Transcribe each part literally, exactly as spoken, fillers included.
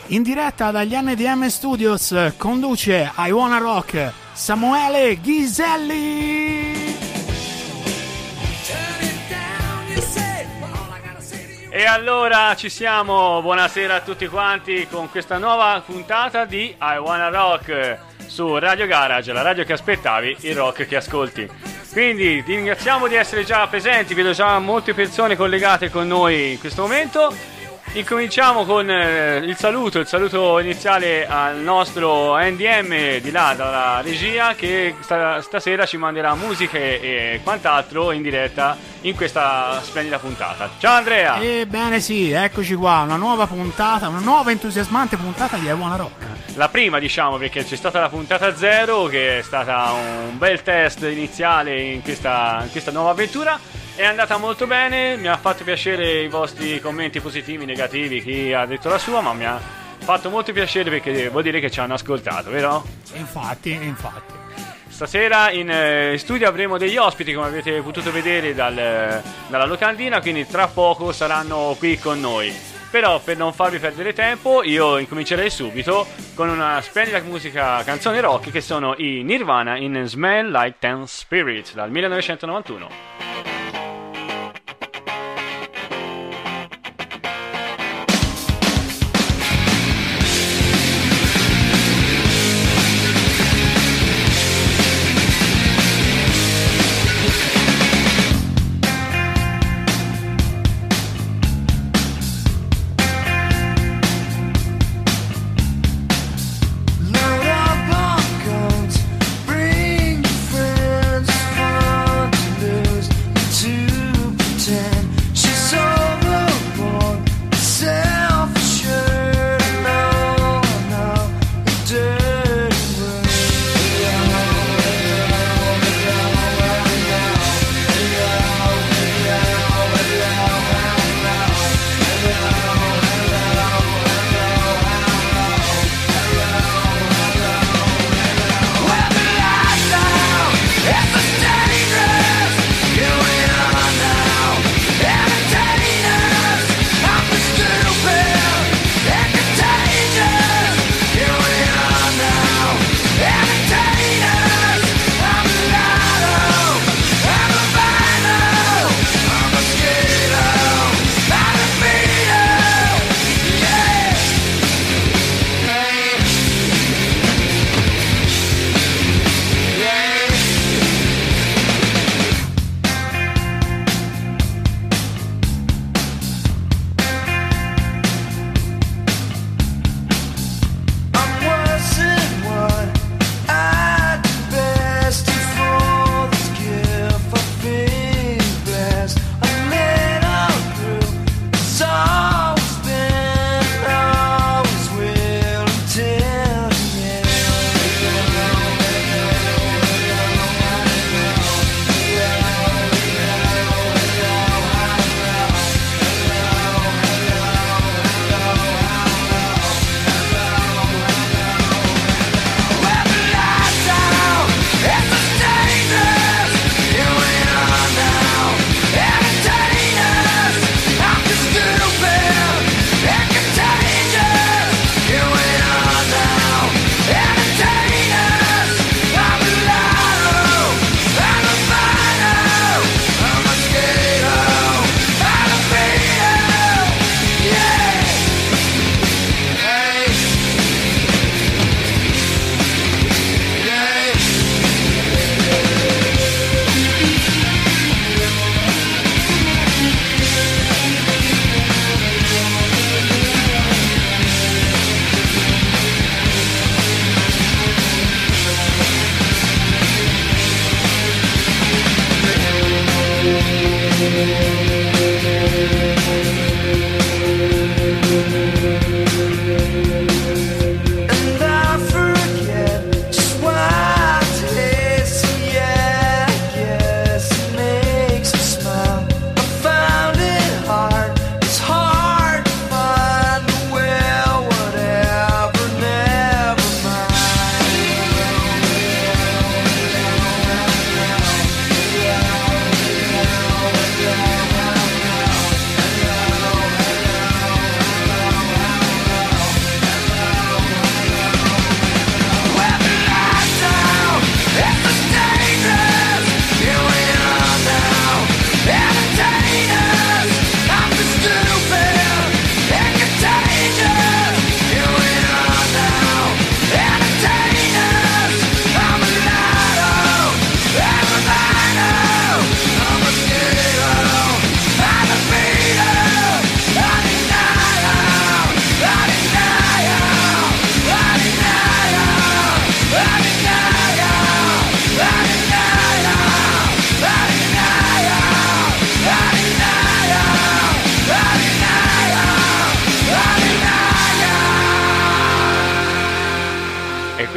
In diretta dagli N D M Studios conduce I Wanna Rock Samuele Ghiselli. E allora ci siamo, buonasera a tutti quanti con questa nuova puntata di I Wanna Rock su Radio Garage, la radio che aspettavi, il rock che ascolti. Quindi ti ringraziamo di essere già presenti, vedo già molte persone collegate con noi in questo momento. Incominciamo con eh, il saluto, il saluto iniziale al nostro N D M di là dalla regia che sta, stasera ci manderà musiche e quant'altro in diretta in questa splendida puntata. Ciao Andrea! Ebbene sì, eccoci qua, una nuova puntata, una nuova entusiasmante puntata di I Wanna Rock. La prima, diciamo, perché c'è stata la puntata zero che è stata un bel test iniziale in questa, in questa nuova avventura. È andata molto bene, mi ha fatto piacere i vostri commenti positivi, negativi, chi ha detto la sua, ma mi ha fatto molto piacere perché vuol dire che ci hanno ascoltato, vero? Infatti, infatti. Stasera in eh, studio avremo degli ospiti, come avete potuto vedere dal, dalla locandina, quindi tra poco saranno qui con noi. Però per non farvi perdere tempo io incomincerei subito con una splendida musica, canzone rock, che sono i Nirvana in Smell Like Teen Spirit dal millenovecentonovantuno. Friends, fun to lose.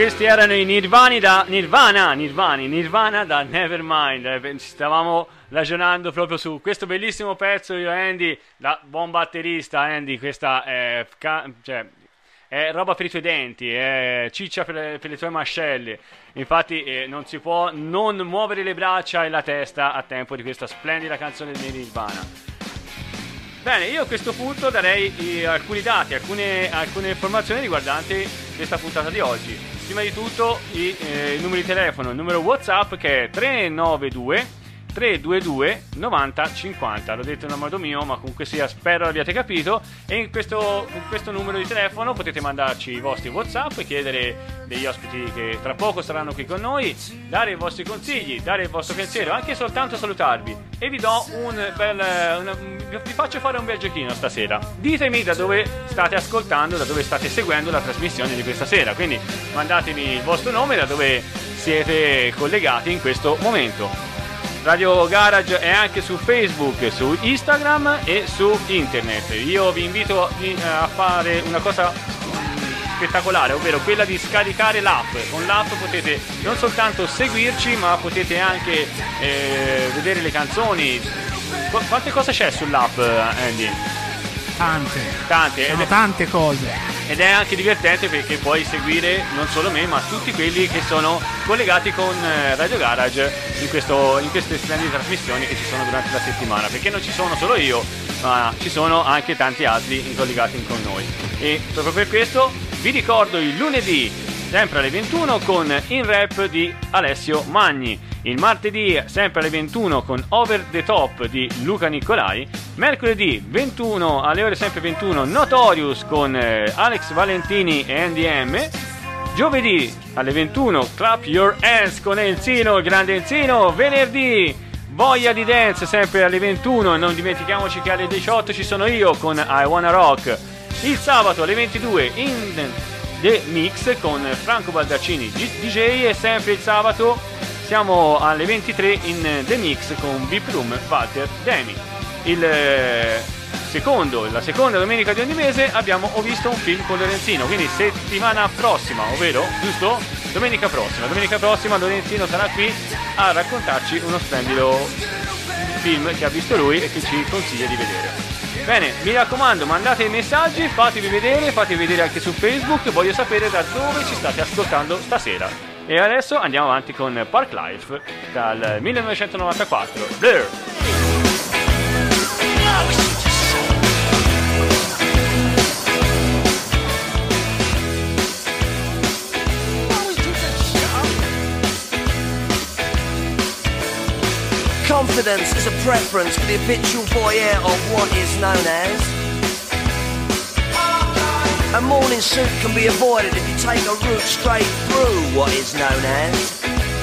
questi erano i Nirvani da Nirvana, Nirvani, Nirvana da Nevermind. Eh, stavamo ragionando proprio su questo bellissimo pezzo, io e Andy, da buon batterista Andy, questa è, ca- cioè, è roba per i tuoi denti, è ciccia per le, per le tue mascelle. Infatti eh, non si può non muovere le braccia e la testa a tempo di questa splendida canzone di Nirvana. Bene, io a questo punto darei eh, alcuni dati, alcune, alcune informazioni riguardanti questa puntata di oggi. Prima di tutto i, eh, i numeri di telefono, il numero WhatsApp che è tre nove due tre due due novanta cinquanta, l'ho detto in un modo mio, ma comunque sia, spero l'abbiate capito. E in questo, in questo numero di telefono potete mandarci i vostri WhatsApp, chiedere degli ospiti che tra poco saranno qui con noi, dare i vostri consigli, dare il vostro pensiero, anche soltanto salutarvi. E vi do un bel una, vi faccio fare un bel giochino stasera. Ditemi da dove state ascoltando, da dove state seguendo la trasmissione di questa sera, quindi mandatemi il vostro nome, da dove siete collegati in questo momento. Radio Garage è anche su Facebook, su Instagram e su internet. Io vi invito a fare una cosa spettacolare, ovvero quella di scaricare l'app. Con l'app potete non soltanto seguirci, ma potete anche eh, vedere le canzoni. Qu- quante cose c'è sull'app, Andy? Tante. Tante. Sono ed è, tante cose. Ed è anche divertente perché puoi seguire non solo me, ma tutti quelli che sono collegati con Radio Garage in, questo, in queste splendide trasmissioni che ci sono durante la settimana. Perché non ci sono solo io, ma ci sono anche tanti altri collegati con noi. E proprio per questo vi ricordo il lunedì, sempre alle ventuno, con In Rap di Alessio Magni. Il martedì, sempre alle ventuno, con Over the Top di Luca Nicolai. Mercoledì ventuno, alle ore sempre ventuno, Notorious con eh, Alex Valentini e N D M. Giovedì alle ventuno, Clap Your Hands con Enzino, il grande Enzino. Venerdì, Voglia di Dance, sempre alle ventuno. Non dimentichiamoci che alle diciotto ci sono io con I Wanna Rock. Il sabato alle ventidue, In The Mix con Franco Baldaccini D J. E sempre il sabato siamo alle ventitré in The Mix con V I P Room Walter Demi. Il eh, secondo, la seconda domenica di ogni mese abbiamo Ho visto un film con Lorenzino, quindi settimana prossima, ovvero, giusto? Domenica prossima, domenica prossima Lorenzino sarà qui a raccontarci uno splendido film che ha visto lui e che ci consiglia di vedere. Bene, mi raccomando, mandate i messaggi, fatevi vedere, fatevi vedere anche su Facebook, voglio sapere da dove ci state ascoltando stasera. E adesso andiamo avanti con Park Life dal millenovecentonovantaquattro, Blur. Confidence is a preference for the habitual voyeur of what is known as. A morning suit can be avoided if you take a route straight through what is known as.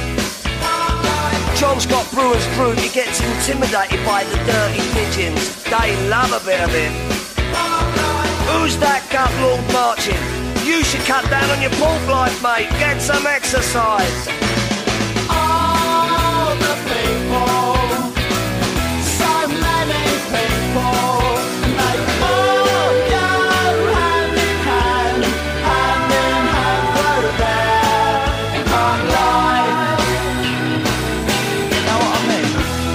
John Scott Brewer's group, he gets intimidated by the dirty pigeons. They love a bit of it. Who's that gut lord marching? You should cut down on your pork life, mate. Get some exercise. All the people, so many people, and they all go hand in hand, hand in hand through there in Park Life. You know what I mean?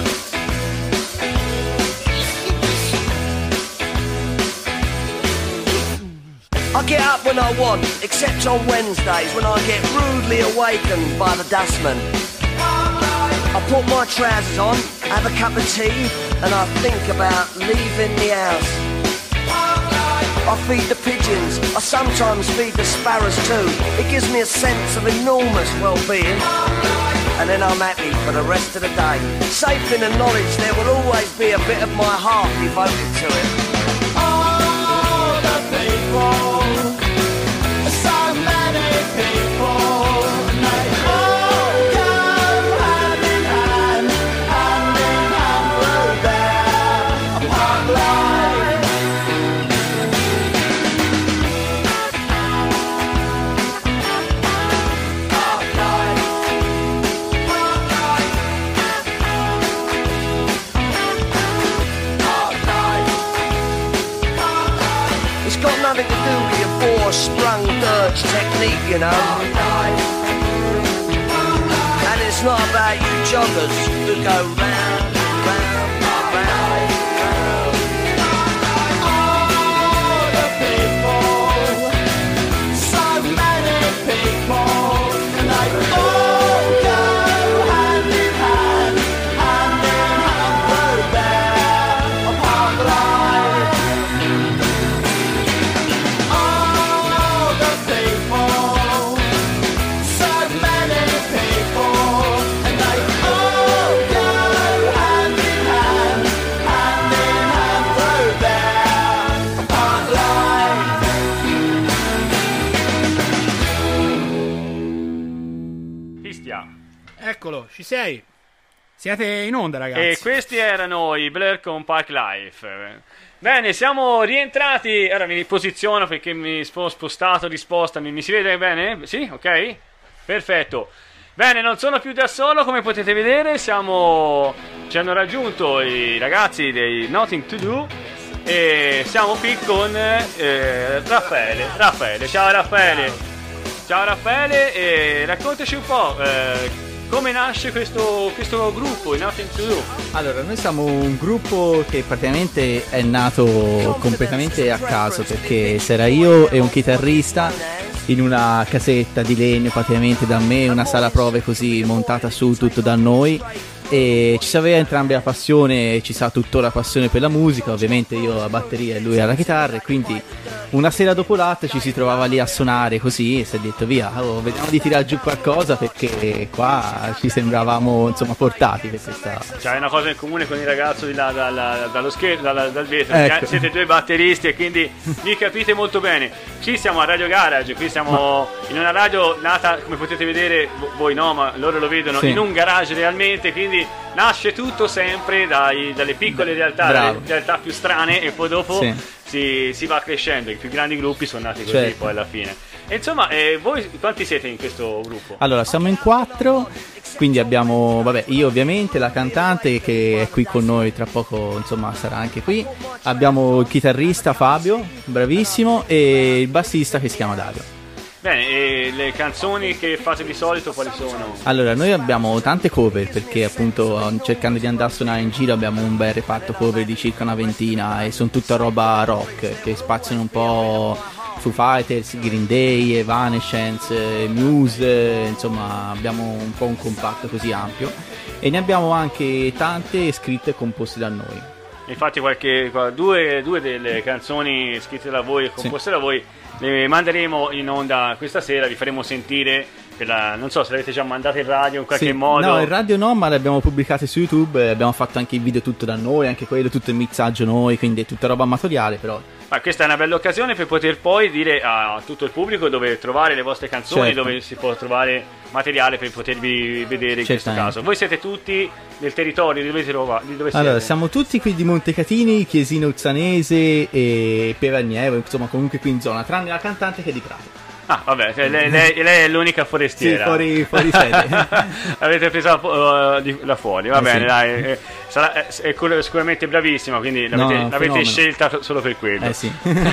I get up when I want, except on Wednesdays when I get rudely awakened by the dustman. I put my trousers on, have a cup of tea, and I think about leaving the house. I feed the pigeons, I sometimes feed the sparrows too. It gives me a sense of enormous well-being. And then I'm happy for the rest of the day, safe in the knowledge there will always be a bit of my heart devoted to it. All the people, so many people, and they all go hand in hand, hand in hand through there, a Park Life. Park Life. Park Life. Park Life. Park Life. It's got nothing to do with your four-sprung dirge technique, you know. Park Life. not about you joggers who go round, round, round, round. All the people, so many people, and they all go hand in hand, hand in hand through there, upon the line. All the people, so many people, and they all go hand in hand, hand in hand through there, upon the line. Fistia. Eccolo, ci sei. Siete in onda, ragazzi. E questi erano i Blur con Park Life. Bene, siamo rientrati. Ora mi posiziono perché mi sono spostato di sposta. Mi, mi si vede bene? Sì? Ok? Perfetto. Bene, non sono più da solo, come potete vedere. Siamo... ci hanno raggiunto i ragazzi dei Nothing to Do. E siamo qui con eh, Raffaele. Raffaele, ciao Raffaele. Ciao Raffaele, e raccontaci un po'. Eh, come nasce questo, questo gruppo, i Nothing to Do? Allora, noi siamo un gruppo che praticamente è nato completamente a caso, perché c'era io e un chitarrista in una casetta di legno praticamente da me, una sala prove così montata su tutto da noi, e ci aveva entrambi la passione, ci sa tuttora la passione per la musica, ovviamente io la batteria e lui alla chitarra, e quindi una sera dopo l'altra ci si trovava lì a suonare così e si è detto via, oh, vediamo di tirare giù qualcosa, perché qua ci sembravamo insomma portati per questa... C'hai una cosa in comune con il ragazzo di là dalla- dallo schermo, dalla- dal vetro, Ecco. perché siete due batteristi e quindi vi capite molto bene. Qui siamo a Radio Garage, qui siamo in una radio nata, come potete vedere, vo- voi no, ma loro lo vedono, Sì. in un garage realmente, quindi nasce tutto sempre dai- dalle piccole realtà, Bravo. dalle realtà più strane, e poi dopo Sì. si, si va crescendo. I più grandi gruppi sono nati così, Certo. poi alla fine. E insomma, eh, voi quanti siete in questo gruppo? Allora, siamo in quattro, quindi abbiamo, vabbè, io ovviamente, la cantante che è qui con noi, tra poco insomma sarà anche qui, abbiamo il chitarrista Fabio, bravissimo, e il bassista che si chiama Dario. Bene, e le canzoni che fate di solito quali sono? Allora, noi abbiamo tante cover, perché appunto cercando di andare a suonare in giro abbiamo un bel reparto cover di circa una ventina, e sono tutta roba rock, che spaziano un po' Foo Fighters, Green Day, Evanescence, Muse, insomma abbiamo un po' un compatto così ampio, e ne abbiamo anche tante scritte e composte da noi. Infatti qualche, qua- due, due delle canzoni scritte da voi e composte da voi le manderemo in onda questa sera, vi faremo sentire per la, non so se le avete già mandate in radio in qualche Sì. modo. No, in radio no, ma le abbiamo pubblicate su YouTube, abbiamo fatto anche il video tutto da noi, anche quello, tutto il mixaggio noi, quindi è tutta roba amatoriale, però... Ma questa è una bella occasione per poter poi dire a tutto il pubblico dove trovare le vostre canzoni, Certo. dove si può trovare materiale per potervi vedere in questo Certamente. caso. Voi siete tutti nel territorio, di dove, trova, di dove Allora, siete? siamo tutti qui di Montecatini, Chiesino Uzzanese e Pievagnievo, insomma comunque qui in zona, tranne la cantante che è di Prato. Ah, vabbè, cioè, lei, lei- lei è l'unica Sì, forestiera. fuori, fuori sede. Avete preso uh, di, là fuori, va Eh, bene, sì. dai. eh, sarà- è, è cur- sicuramente bravissima, quindi l'avete, No, l'avete fenomeno. scelta so- solo per quello. Eh sì.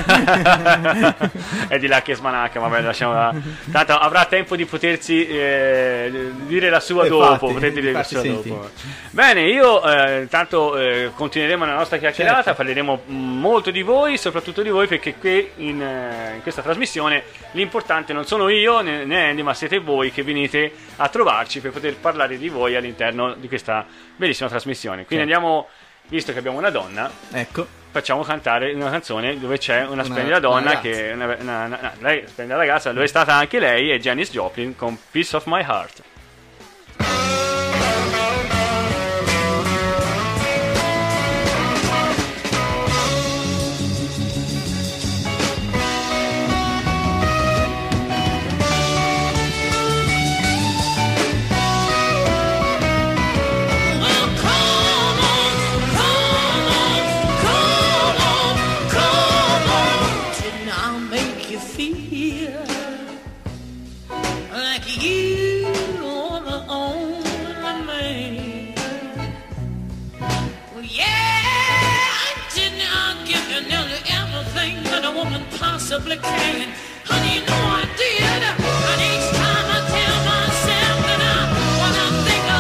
È di là che smanacca, vabbè, lasciamola. Tanto avrà tempo di potersi eh, dire la sua Infatti, dopo. Poter dire la infatti, sua senti. dopo. Bene, io eh, intanto eh, continueremo la nostra chiacchierata, Certo. parleremo mm, molto di voi, soprattutto di voi, perché qui in, eh, in questa trasmissione l'importante non sono io né, né Andy, ma siete voi che venite a trovarci per poter parlare di voi all'interno di questa bellissima trasmissione. Quindi Certo. andiamo, visto che abbiamo una donna, Ecco. facciamo cantare una canzone dove c'è una, Una- splendida una donna ragazza. che è una, una, una- una- lei, splendida ragazza, lo è stata anche lei, è Janis Joplin con Piece of My Heart. Possibly can. Honey, you know I did. And each time I tell myself that I, what I think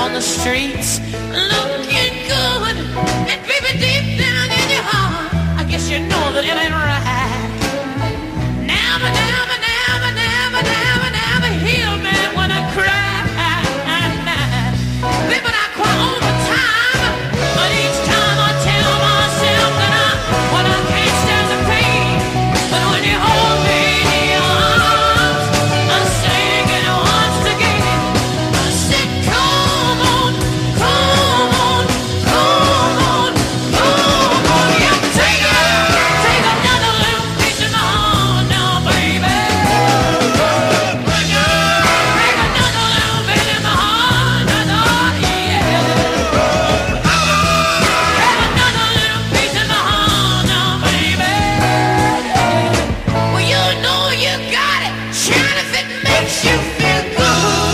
on the streets, looking good, and baby, deep down in your heart, I guess you know that it ain't right. Never, never, never, never, never, never heal me when I cry. Baby, I cry all the time, but each time I tell myself that I, when I can't stand the pain, but when you hold me in your arms, I'm singing once again. I said, come on, come on, come on, come on, yeah, take it, take another little piece of my heart now, baby. Take another little bit of my heart now, yeah. Take another little piece of my heart now, baby. Well, you know you got it, shine if it makes you feel good.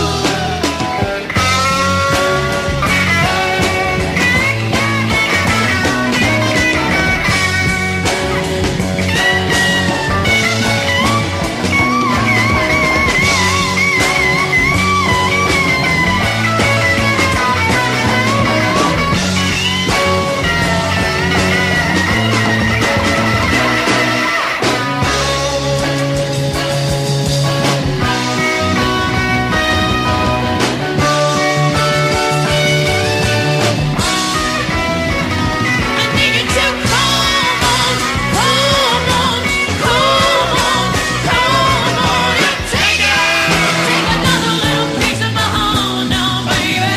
I need you to come on, come on, come on, come on, and take it, take another little piece of my heart now, baby.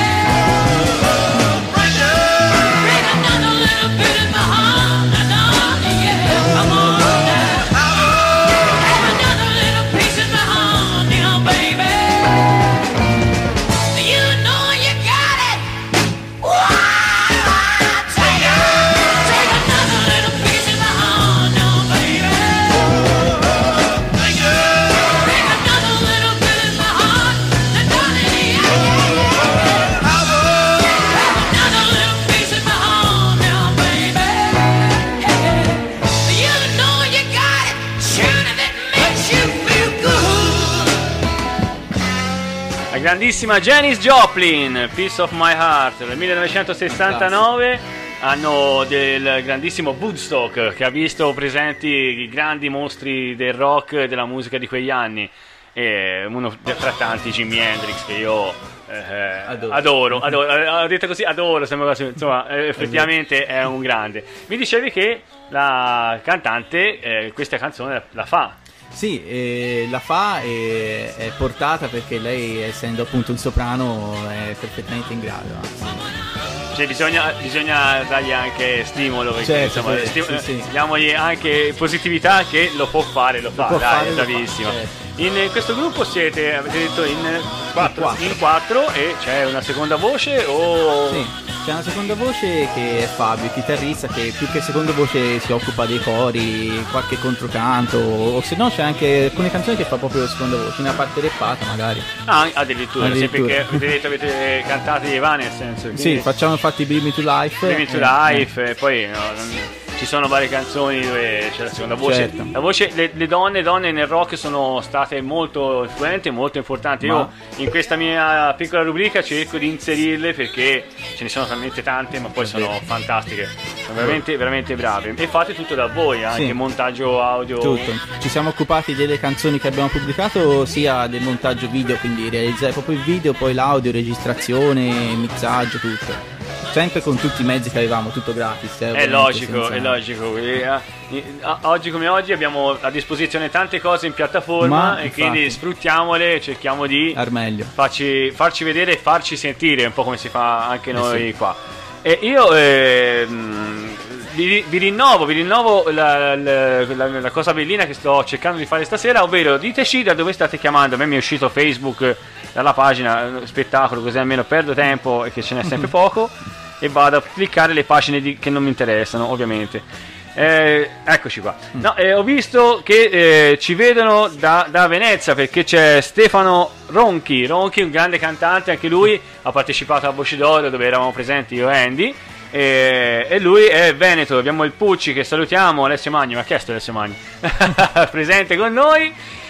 Take another little bit of my heart now, yeah, come on now. Take another little piece of my heart now, baby. You know you got it. Take it, take another little piece of my heart now, baby. Take another little bit of my heart, now, darling, yeah, yeah, yeah. Take another little piece of my heart now, baby. You know you got it, sure that makes you feel good. La grandissima Janis Joplin, Piece of My Heart, del millenovecentosessantanove, anno del grandissimo Woodstock, che ha visto presenti i grandi mostri del rock e della musica di quegli anni. E uno tra tanti, Jimi Hendrix, che io eh, Adoro. adoro, adoro, eh, ho detto così, adoro, sembra quasi, insomma, eh, effettivamente è un grande. Mi dicevi che la cantante eh, questa canzone la fa. Sì, eh, la fa e è portata perché lei, essendo appunto un soprano, è perfettamente in grado. Anzi. Cioè bisogna, bisogna dargli anche stimolo, perché Certo, insomma, sì, sti- sì, sì. diamogli anche positività che lo può fare, lo fa, può dai, fare, è lo fa, bravissimo. certo. In questo gruppo siete, avete detto, in quattro, quattro. in quattro e c'è una seconda voce o... Sì, c'è una seconda voce che è Fabio, il chitarrista, che più che seconda voce si occupa dei cori, qualche controcanto, o se no c'è anche alcune canzoni che fa proprio seconda voce, una parte rappata magari. Ah, addirittura, Addirittura. sempre che avete detto avete cantato gli Evanescence. Sì, facciamo infatti Bring Me to Life. Bring Me to eh, Life, e poi no, non- ci sono varie canzoni dove c'è la seconda voce. Certo. La voce le, le donne, donne nel rock sono state molto influenti, molto importanti. Ma- Io in questa mia piccola rubrica cerco di inserirle perché ce ne sono talmente tante, ma poi sono vero. fantastiche. Sono veramente, veramente brave. E fate tutto da voi, anche Sì. montaggio audio. Tutto. Ci siamo occupati delle canzoni che abbiamo pubblicato, sia del montaggio video, quindi realizzare proprio il video, poi l'audio, registrazione, mixaggio, tutto. Sempre con tutti i mezzi che avevamo, tutto gratis. eh, È ovviamente, logico, senza- è logico. E, ah, i- ah, oggi come oggi abbiamo a disposizione tante cose in piattaforma Ma, e infatti. quindi sfruttiamole e cerchiamo di Ar meglio. farci, farci vedere e farci sentire, un po' come si fa anche noi sì. qua. E io ehm, vi, vi rinnovo, vi rinnovo la, la- la- la cosa bellina che sto cercando di fare stasera, ovvero diteci da dove state chiamando. A me mi è uscito Facebook dalla pagina eh, spettacolo, così almeno perdo tempo e che ce n'è sempre poco e vado a cliccare le pagine di- che non mi interessano, ovviamente. Eh, eccoci qua. No, eh, ho visto che eh, ci vedono da, da Venezia, perché c'è Stefano Ronchi. Ronchi, un grande cantante, anche lui ha partecipato a Voci d'Oro dove eravamo presenti io e Andy. E, e lui è veneto. Abbiamo il Pucci che salutiamo, Alessio Magni. Ma che è sto Alessio Magni? Presente con noi.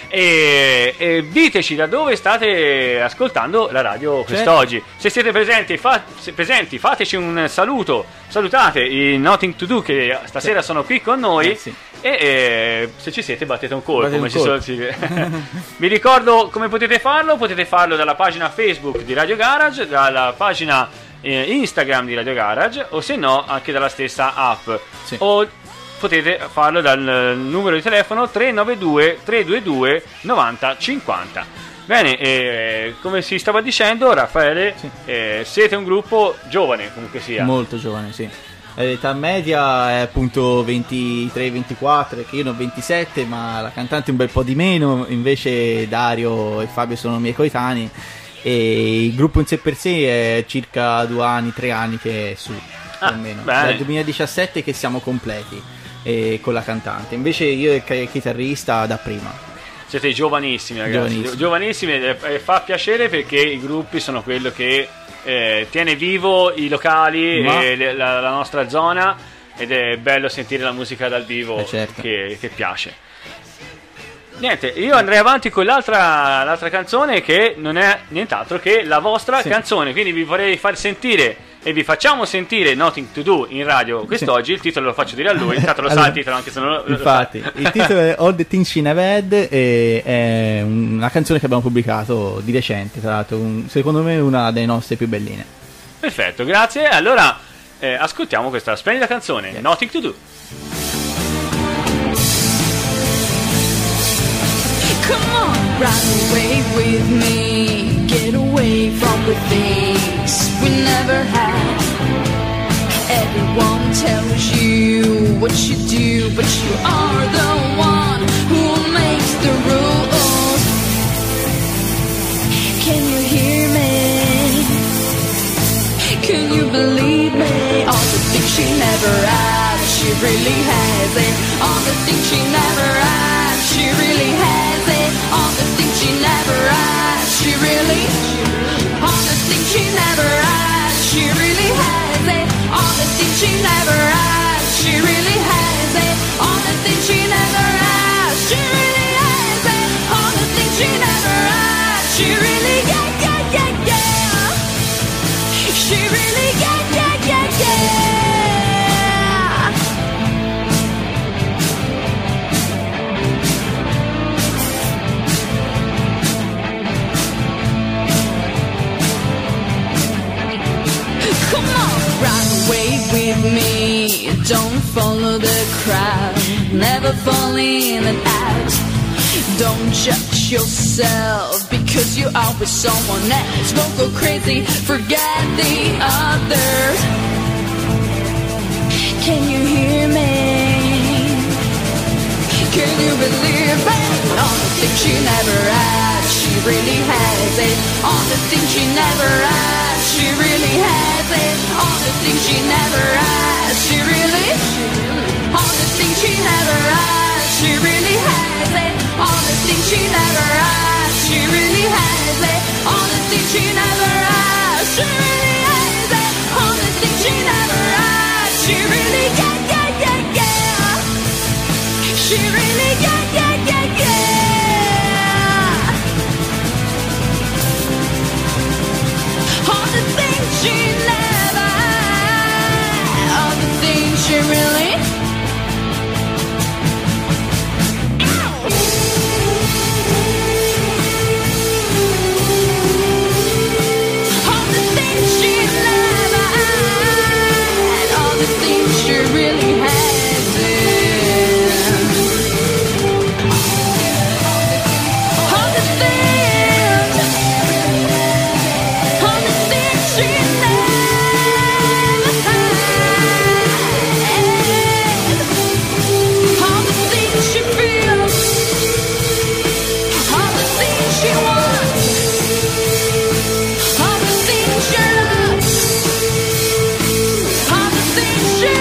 E, e diteci da dove state ascoltando la radio quest'oggi. Se siete presenti, fa, se presenti, fateci un saluto. Salutate i Nothing to Do che stasera sono qui con noi. Eh, sì. E eh, se ci siete battete un colpo, Battete come un si colpo. suol dire. Vi ricordo come potete farlo. Potete farlo dalla pagina Facebook di Radio Garage, dalla pagina eh, Instagram di Radio Garage, o se no anche dalla stessa app. Sì. O potete farlo dal numero di telefono tre nove due tre due due nove zero cinque zero. Bene, eh, come si stava dicendo Raffaele, Sì. eh, siete un gruppo giovane comunque sia. Molto giovane, sì. L'età media è appunto ventitré ventiquattro, che io ne ho ventisette, ma la cantante un bel po' di meno, invece Dario e Fabio sono miei coetanei e il gruppo in sé per sé è circa due anni, tre anni che è su, più Ah, o meno. bene. Dal duemiladiciassette che siamo completi eh, con la cantante, invece io e il chitarrista da prima. Siete giovanissimi ragazzi, Giovanissimi. giovanissimi e, e fa piacere perché i gruppi sono quello che eh, tiene vivo i locali Ma- e le- la, la nostra zona, ed è bello sentire la musica dal vivo Eh, certo. che, che piace. Niente, io andrei avanti con l'altra, l'altra canzone che non è nient'altro che la vostra Sì. canzone, quindi vi vorrei far sentire e vi facciamo sentire Nothing to Do in radio quest'oggi. Il titolo lo faccio dire a lui, intanto lo sa Allora, il titolo anche se non lo, lo Infatti, sa. il titolo è All the Things She Never Had e è una canzone che abbiamo pubblicato di recente, tra l'altro, un- secondo me una delle nostre più belline. Perfetto, grazie. Allora eh, ascoltiamo questa splendida canzone, Nothing to Do. Come on, run away with me. Get away from the things we never had. Everyone tells you what you do, but you are the one who makes the rules. Can you hear me? Can you believe me? All the things she never had, she really has it. All the things she never had, she really has it. All the things she never had, she really. All the things she never had, she really has it. All the things she never had, she really has it. All the things she never had, she really has it. All the things she never had, she really yeah yeah yeah yeah. She really yeah yeah yeah yeah. Come on, run away with me. Don't follow the crowd. Never fall in and out. Don't judge yourself because you are with someone else. Don't go crazy, forget the others. Can you hear me? Can you believe it? All the things she never had, she really has it. All the things she never had, she really has it. All the things she never had, she really. All the things she never had, she really has it. All the things she never had, she really has it. All the things she never had, she really has it. All the things she never had, she really yeah yeah yeah yeah. She really yeah yeah yeah yeah. All the things she never had, all the things she really. All the things she never had, all the things she really has it. All the things, all the things she never had. All the things she feels, all the things she wants, all the things she loves, all the things she,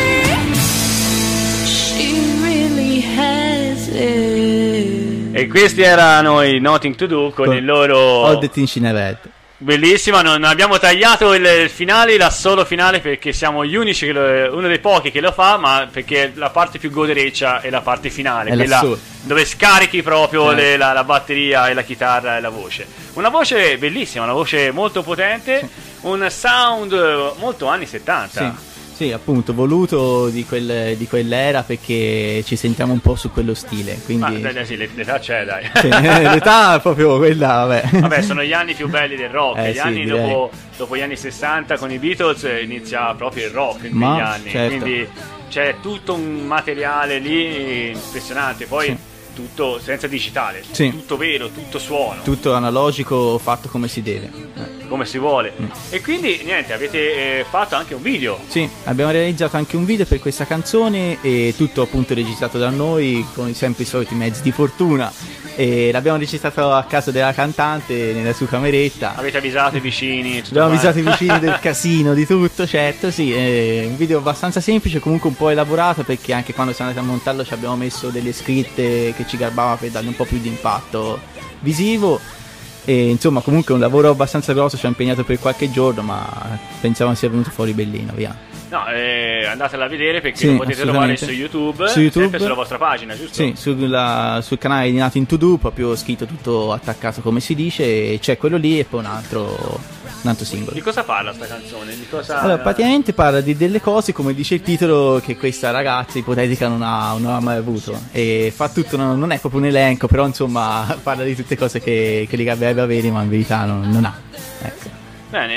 she really has it. E questi erano i Nothing to Do con, Con il loro All the Things She Never Had. Bellissima, non abbiamo tagliato il, il finale, la solo finale, perché siamo gli unici, che lo, uno dei pochi che lo fa, ma perché la parte più godereccia è la parte finale, È quella lassù. dove scarichi proprio Eh. le- la, la batteria e la chitarra e la voce. Una voce bellissima, una voce molto potente, un sound molto anni settanta. Sì, sì, appunto, voluto di, quel- di quell'era perché ci sentiamo un po' su quello stile. Ma Quindi dai, dai, sì, l'età c'è, dai. sì, l'età è proprio quella, vabbè. Vabbè, sono gli anni più belli del rock. Eh, gli sì, anni direi. dopo, dopo gli anni sessanta con i Beatles eh, inizia proprio il rock in Ma, quegli anni. certo. Quindi c'è tutto un materiale lì impressionante. Poi Sì. tutto senza digitale, Sì. tutto vero, tutto suono, Tutto analogico, fatto come si deve. Eh. come si vuole. Mm. E quindi niente, avete eh, fatto anche un video. Sì, abbiamo realizzato anche un video per questa canzone e tutto appunto registrato da noi con sempre i soliti mezzi di fortuna, e l'abbiamo registrato a casa della cantante nella sua cameretta. Avete avvisato i vicini? tutto Abbiamo quanto. avvisato i vicini del casino, di tutto, certo, sì, è un video abbastanza semplice, comunque un po' elaborato, perché anche quando siamo andati a montarlo ci abbiamo messo delle scritte che ci garbava per dargli un po' più di impatto visivo. E insomma, comunque è un lavoro abbastanza grosso, ci ha impegnato per qualche giorno, ma pensavamo sia venuto fuori bellino, via. No, eh, andatela a vedere perché Sì, lo potete trovare assolutamente. su YouTube, Su YouTube. sempre sulla vostra pagina, giusto? Sì, sulla- sul canale di Nothing To Do, proprio scritto tutto attaccato come si dice, e c'è quello lì e poi un altro, un altro singolo. Di cosa parla sta canzone? Di cosa... Allora, praticamente parla di delle cose, come dice il titolo, che questa ragazza ipotetica non ha, non ha mai avuto. E fa tutto, non non è proprio un elenco, però insomma parla di tutte cose che, che li dovrebbe avere, ma in verità non, non ha. Ecco. Bene,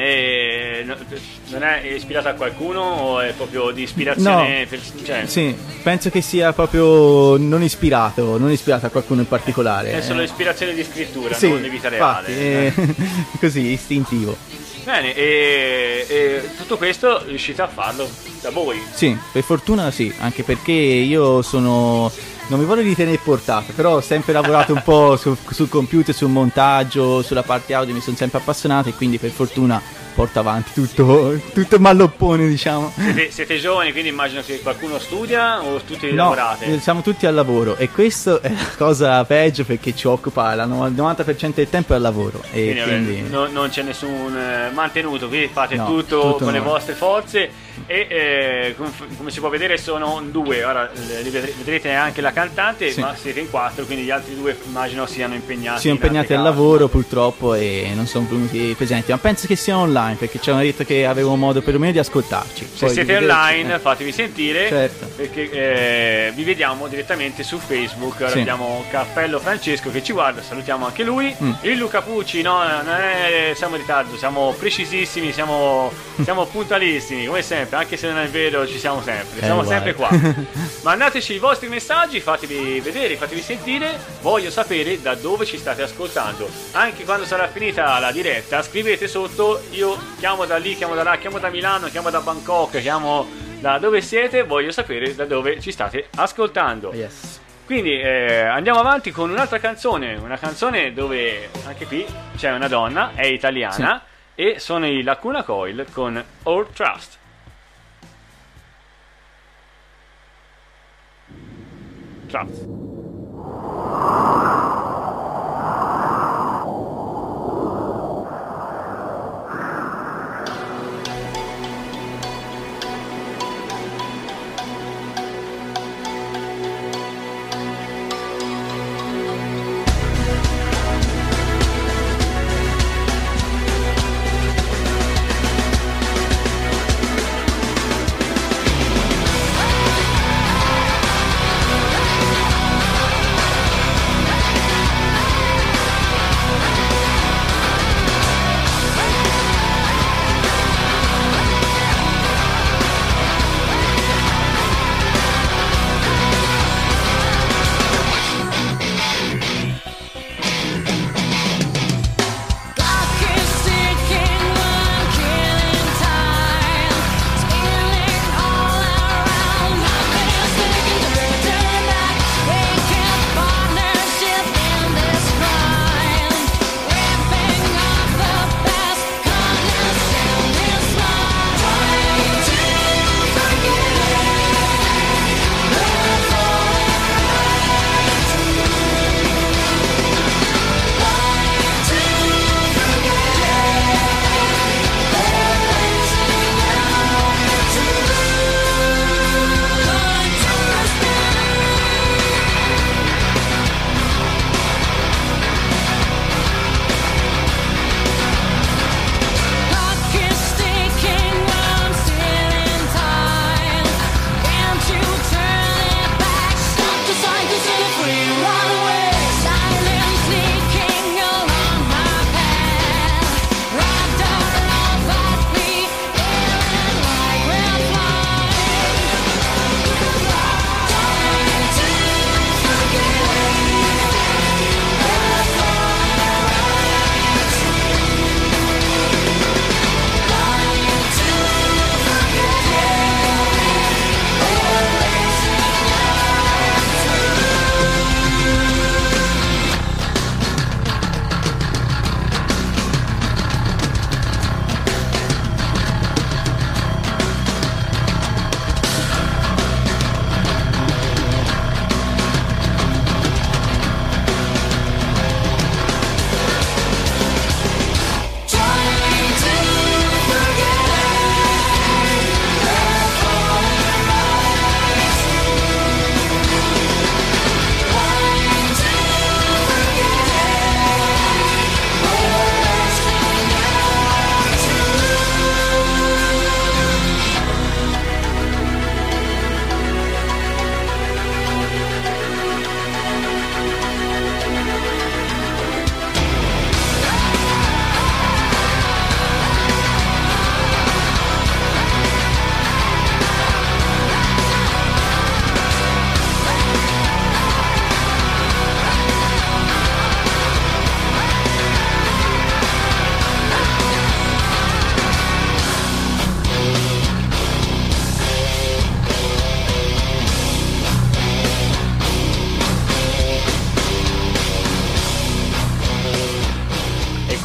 e no- non è ispirata a qualcuno o è proprio di ispirazione? No. per- cioè, Sì, penso che sia proprio non ispirato, non ispirato a qualcuno in particolare. è solo Eh, ispirazione di scrittura, sì, non di vita reale. infatti, eh, così, istintivo. Bene, e, e tutto questo riuscite a farlo da voi? Sì, per fortuna sì, anche perché io sono, non mi voglio ritenere portato, però ho sempre lavorato un po' su- sul computer, sul montaggio, sulla parte audio, mi sono sempre appassionato e quindi per fortuna porto avanti tutto, tutto il malloppone, diciamo. Siete, siete giovani, quindi immagino che qualcuno studia o tutti No, lavorate? eh, siamo tutti al lavoro e questo è la cosa peggio perché ci occupa la no- il novanta per cento del tempo è al lavoro e Quindi, vabbè, quindi no- non c'è nessun eh, mantenuto, quindi fate No, tutto, tutto con le noi. vostre forze e eh, com- come si può vedere sono due, ora eh, li vedre- vedrete anche la cantante, Sì. ma siete in quattro, quindi gli altri due immagino siano impegnati. siamo in altre impegnati al cause. lavoro purtroppo e non sono venuti presenti, ma penso che sia online perché ci hanno detto che avevo modo perlomeno di ascoltarci. Se Poi di siete vederci, online eh. fatevi sentire, Certo. perché eh, vi vediamo direttamente su Facebook. Ora Sì. abbiamo Cappello Francesco che ci guarda, salutiamo anche lui. Mm. Il Luca Pucci, no, non è, siamo in ritardo, siamo precisissimi, siamo, siamo puntualissimi come sempre, anche se non è vero ci siamo sempre, Eh, siamo guarda. sempre qua. Mandateci i vostri messaggi, fatevi vedere, fatevi sentire, voglio sapere da dove ci state ascoltando. Anche quando sarà finita la diretta scrivete sotto, io chiamo da lì, chiamo da là, chiamo da Milano, chiamo da Bangkok, chiamo da dove siete, voglio sapere da dove ci state ascoltando. Yes. Quindi eh, andiamo avanti con un'altra canzone, una canzone dove anche qui c'è una donna, è italiana e sono i Lacuna Coil con All Trust. Trust. All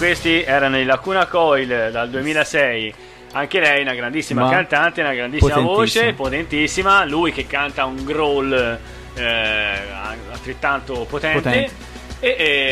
questi erano i Lacuna Coil dal duemilasei. Anche lei una grandissima Ma cantante, una grandissima potentissima. voce, potentissima. Lui che canta un growl eh, altrettanto potente. Potente. E,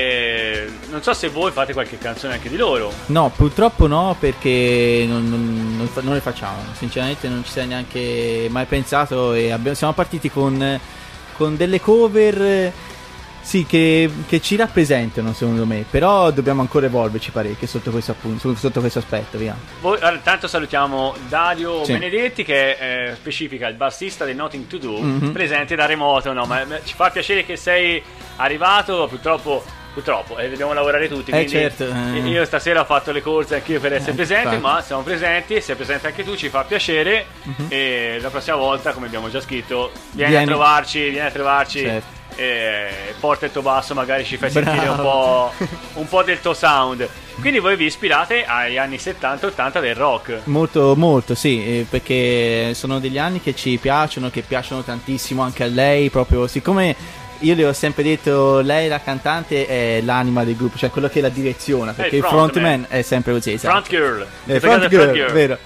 e non so se voi fate qualche canzone anche di loro. No, purtroppo no, perché non, non- non fa- non le facciamo. Sinceramente non ci sei neanche mai pensato e abbiamo- siamo partiti con, con delle cover, eh, sì, che, che ci rappresentano secondo me, però dobbiamo ancora evolverci parecchio sotto questo, appunto, sotto questo aspetto, via. Voi, allora, tanto salutiamo Dario Sì. Benedetti, che è eh, specifica il bassista del Nothing to Do, Mhm. presente da remoto. No, ma, ma ci fa piacere che sei arrivato. Purtroppo, purtroppo eh, dobbiamo lavorare tutti. Eh, Quindi certo, eh. io stasera ho fatto le corse anch'io per essere Eh, presente, infatti. ma siamo presenti. Sei presente anche tu, ci fa piacere. Mhm. E la prossima volta, come abbiamo già scritto, vieni, Vieni. a trovarci, vieni a trovarci. Certo. E porta il tuo basso, magari ci fai Bravo. sentire un po', un po' del tuo sound. Quindi voi vi ispirate agli anni settanta ottanta del rock. Molto, molto, sì, eh, perché sono degli anni che ci piacciono, che piacciono tantissimo anche a lei, proprio siccome io le ho sempre detto, lei la cantante è l'anima del gruppo, cioè quello che la direziona, perché il il frontman. frontman è sempre così, esatto. Front girl. Eh, Perché front è girl, vero.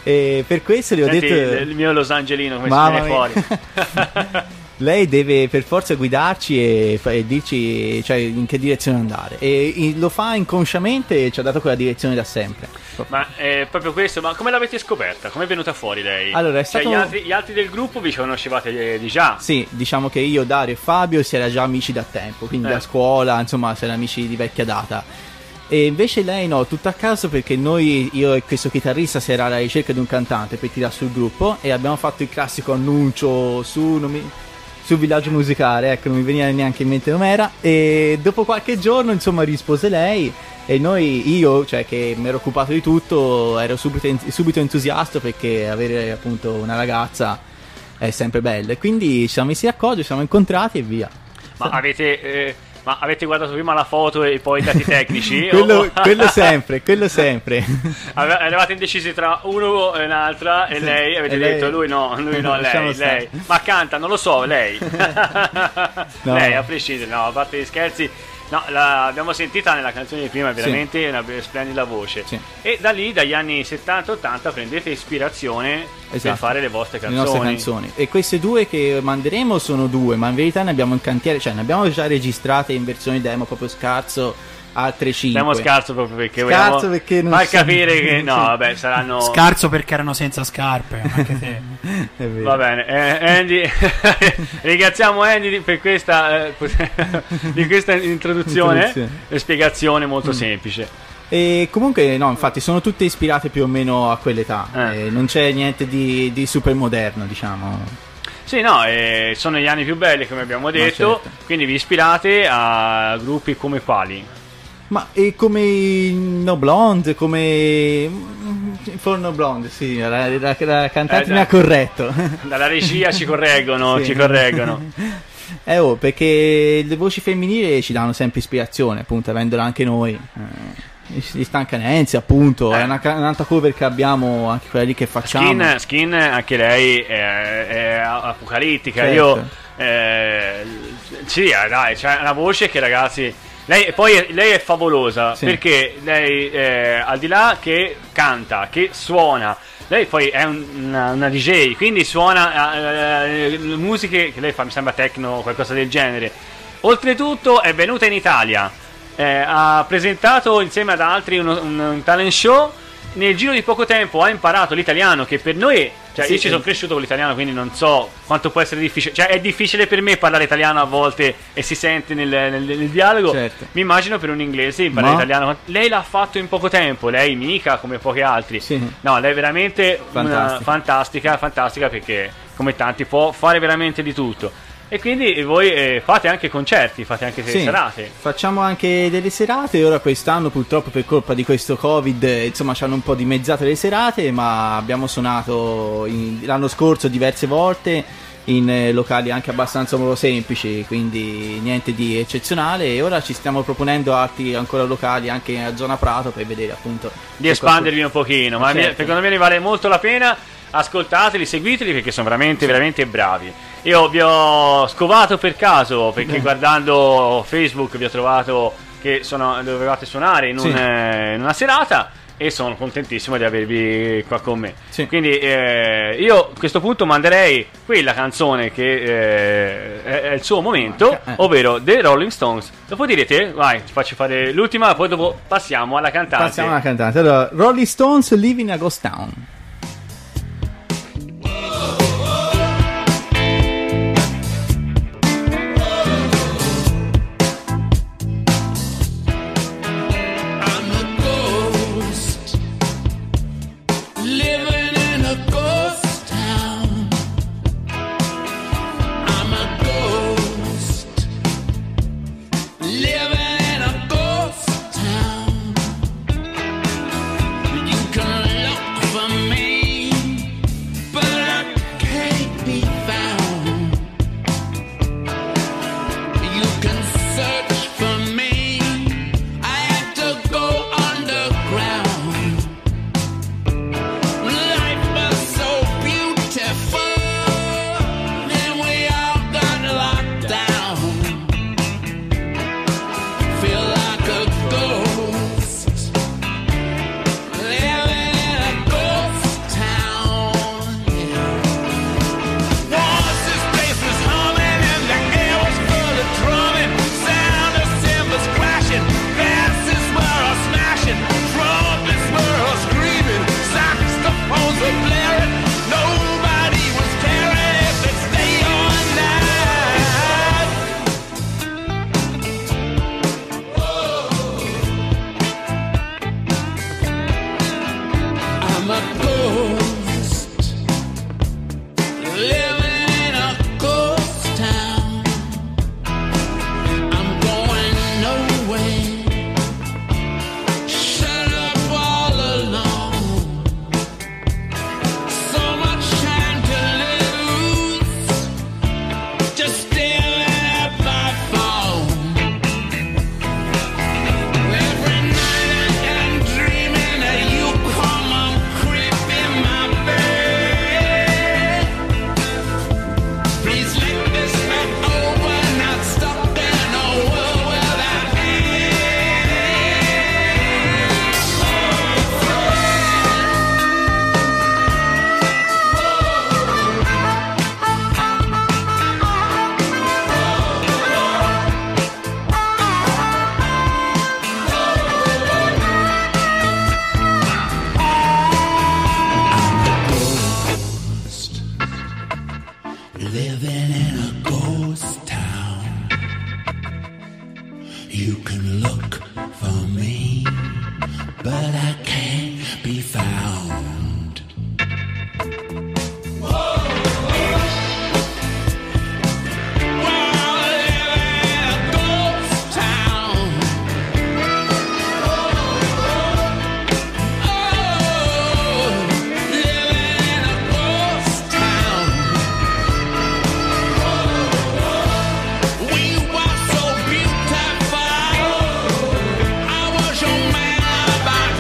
E per questo le ho Senti detto, il mio Los Angelino come Mamma si viene mia. fuori. lei deve per forza guidarci e, fa- e dirci, cioè, in che direzione andare, e i- lo fa inconsciamente e ci ha dato quella direzione da sempre. Ma è proprio questo, ma come l'avete scoperta? Come è venuta fuori lei? Allora, è Cioè, stato- gli, altri, gli altri del gruppo vi conoscevate eh, di già? Sì, diciamo che io, Dario e Fabio si era già amici da tempo, quindi Eh. da scuola, insomma, si erano amici di vecchia data. E invece lei no, tutto a caso, perché noi, io e questo chitarrista, si era alla ricerca di un cantante per tirare sul gruppo e abbiamo fatto il classico annuncio su, non mi- sul villaggio musicale, ecco, non mi veniva neanche in mente com'era. E dopo qualche giorno, insomma, rispose lei. E noi, io, cioè che mi ero occupato di tutto, ero subito, en- subito entusiasta, perché avere appunto una ragazza è sempre bello. E quindi ci siamo messi d'accordo, ci siamo incontrati e via. Ma avete, eh, ma avete guardato prima la foto e poi i dati tecnici? quello, O- quello sempre, quello sempre. Ave- Eravate indecisi tra uno e un'altra e Sì. lei avete E lei- detto lui no, lui no, Lasciamo lei, stare. lei. Ma canta, non lo so, lei. No. Lei, a prescindere, no, a parte gli scherzi. No, l'abbiamo sentita nella canzone di prima, è veramente una be- splendida voce. Sì. E da lì, dagli anni settanta ottanta, prendete ispirazione per Esatto. fare le vostre Le canzoni. nostre canzoni. E queste due che manderemo sono due, ma in verità ne abbiamo in cantiere, cioè ne abbiamo già registrate in versione demo proprio scarso altre cinque. Siamo scarso proprio perché Scarso vogliamo perché non far so- capire che no, Sì. vabbè, saranno Scarso perché erano senza scarpe, anche te. È vero. Va bene, eh, Andy, ringraziamo Andy di- per questa, eh, di questa introduzione Introduzione. e spiegazione molto Mm. semplice. E comunque no, infatti sono tutte ispirate più o meno a quell'età. Eh. Eh, non c'è niente di, di super moderno, diciamo. Sì, no, eh, sono gli anni più belli come abbiamo detto, certo. quindi vi ispirate a gruppi come quali? Ma e come i No Blonde, come mm, For No Blonde, sì, la, la- la cantante Eh, mi ha dai. corretto. Dalla regia ci correggono, Sì. ci correggono. Eh oh, perché le voci femminili ci danno sempre ispirazione, appunto, avendola anche noi. Eh, di Stanca Nancy, appunto, Eh. è una, ca- un'altra cover che abbiamo, anche quella lì che facciamo. Skin, Skin, anche lei è, è apocalittica. Certo. Io eh, sì, eh, dai, c'è una voce che, ragazzi, lei poi è- lei è favolosa, Sì. perché lei eh, al di là che canta, che suona, lei poi è un- una, una D J, quindi suona eh, eh, musiche che lei fa, mi sembra techno o qualcosa del genere. Oltretutto è venuta in Italia, eh, ha presentato insieme ad altri uno- un, un talent show. Nel giro di poco tempo ha imparato l'italiano, che per noi, cioè Sì, io ci sono eh. cresciuto con l'italiano, quindi non so quanto può essere difficile. Cioè è difficile per me parlare italiano a volte e si sente nel, nel- nel dialogo. Certo. Mi immagino per un inglese imparare Ma- italiano. Lei l'ha fatto in poco tempo, lei mica come pochi altri. Sì. No, lei è veramente una Fantastica. fantastica, fantastica, perché come tanti può fare veramente di tutto. E quindi voi eh, fate anche concerti, fate anche Sì, serate. facciamo anche delle serate. Ora quest'anno purtroppo per colpa di questo Covid eh, insomma ci hanno un po' dimezzato le serate, ma abbiamo suonato in- l'anno scorso diverse volte in eh, locali anche abbastanza semplici, quindi niente di eccezionale, e ora ci stiamo proponendo altri ancora locali anche a zona Prato per vedere appunto Di se espandervi un pochino, ma Certo. mi- secondo me ne vale molto la pena. Ascoltateli, seguiteli, perché sono veramente veramente bravi. Io vi ho scovato per caso, perché Eh. guardando Facebook vi ho trovato che sono, dovevate suonare in, un, Sì. eh, in una serata, e sono contentissimo di avervi qua con me. Sì. Quindi eh, io a questo punto manderei quella canzone che eh, è, è il suo momento, Eh. ovvero The Rolling Stones. Dopo direte, vai, ti faccio fare l'ultima, poi dopo passiamo alla cantante. Passiamo alla cantante. Allora, Rolling Stones, Living in a Ghost Town. I'm a ghost living in a ghost town. I'm a ghost living in a ghost town. You can look for me, but I can't be found. You can search for me. I had to go underground. Life was so beautiful, and we all got locked down. Feel like a ghost living in a ghost town. Once this place was humming and the air was full of drumming, sound of cymbals crashing, glasses were all smashing, trumpets were all screaming, saxophones were blaring. Nobody was caring if they'd stay all night. I'm a ghost living in a ghost town. I'm going nowhere, shut up all alone. So much time to lose, just staring at my phone. Every night I am dreaming that you come on creeping my bed. Please let this night over, not stuck in a world without end. Living in a ghost town. You can look for me, but I can't be found. Well, living in a ghost town. Oh, living in a ghost town. We were so beautiful. I was your man about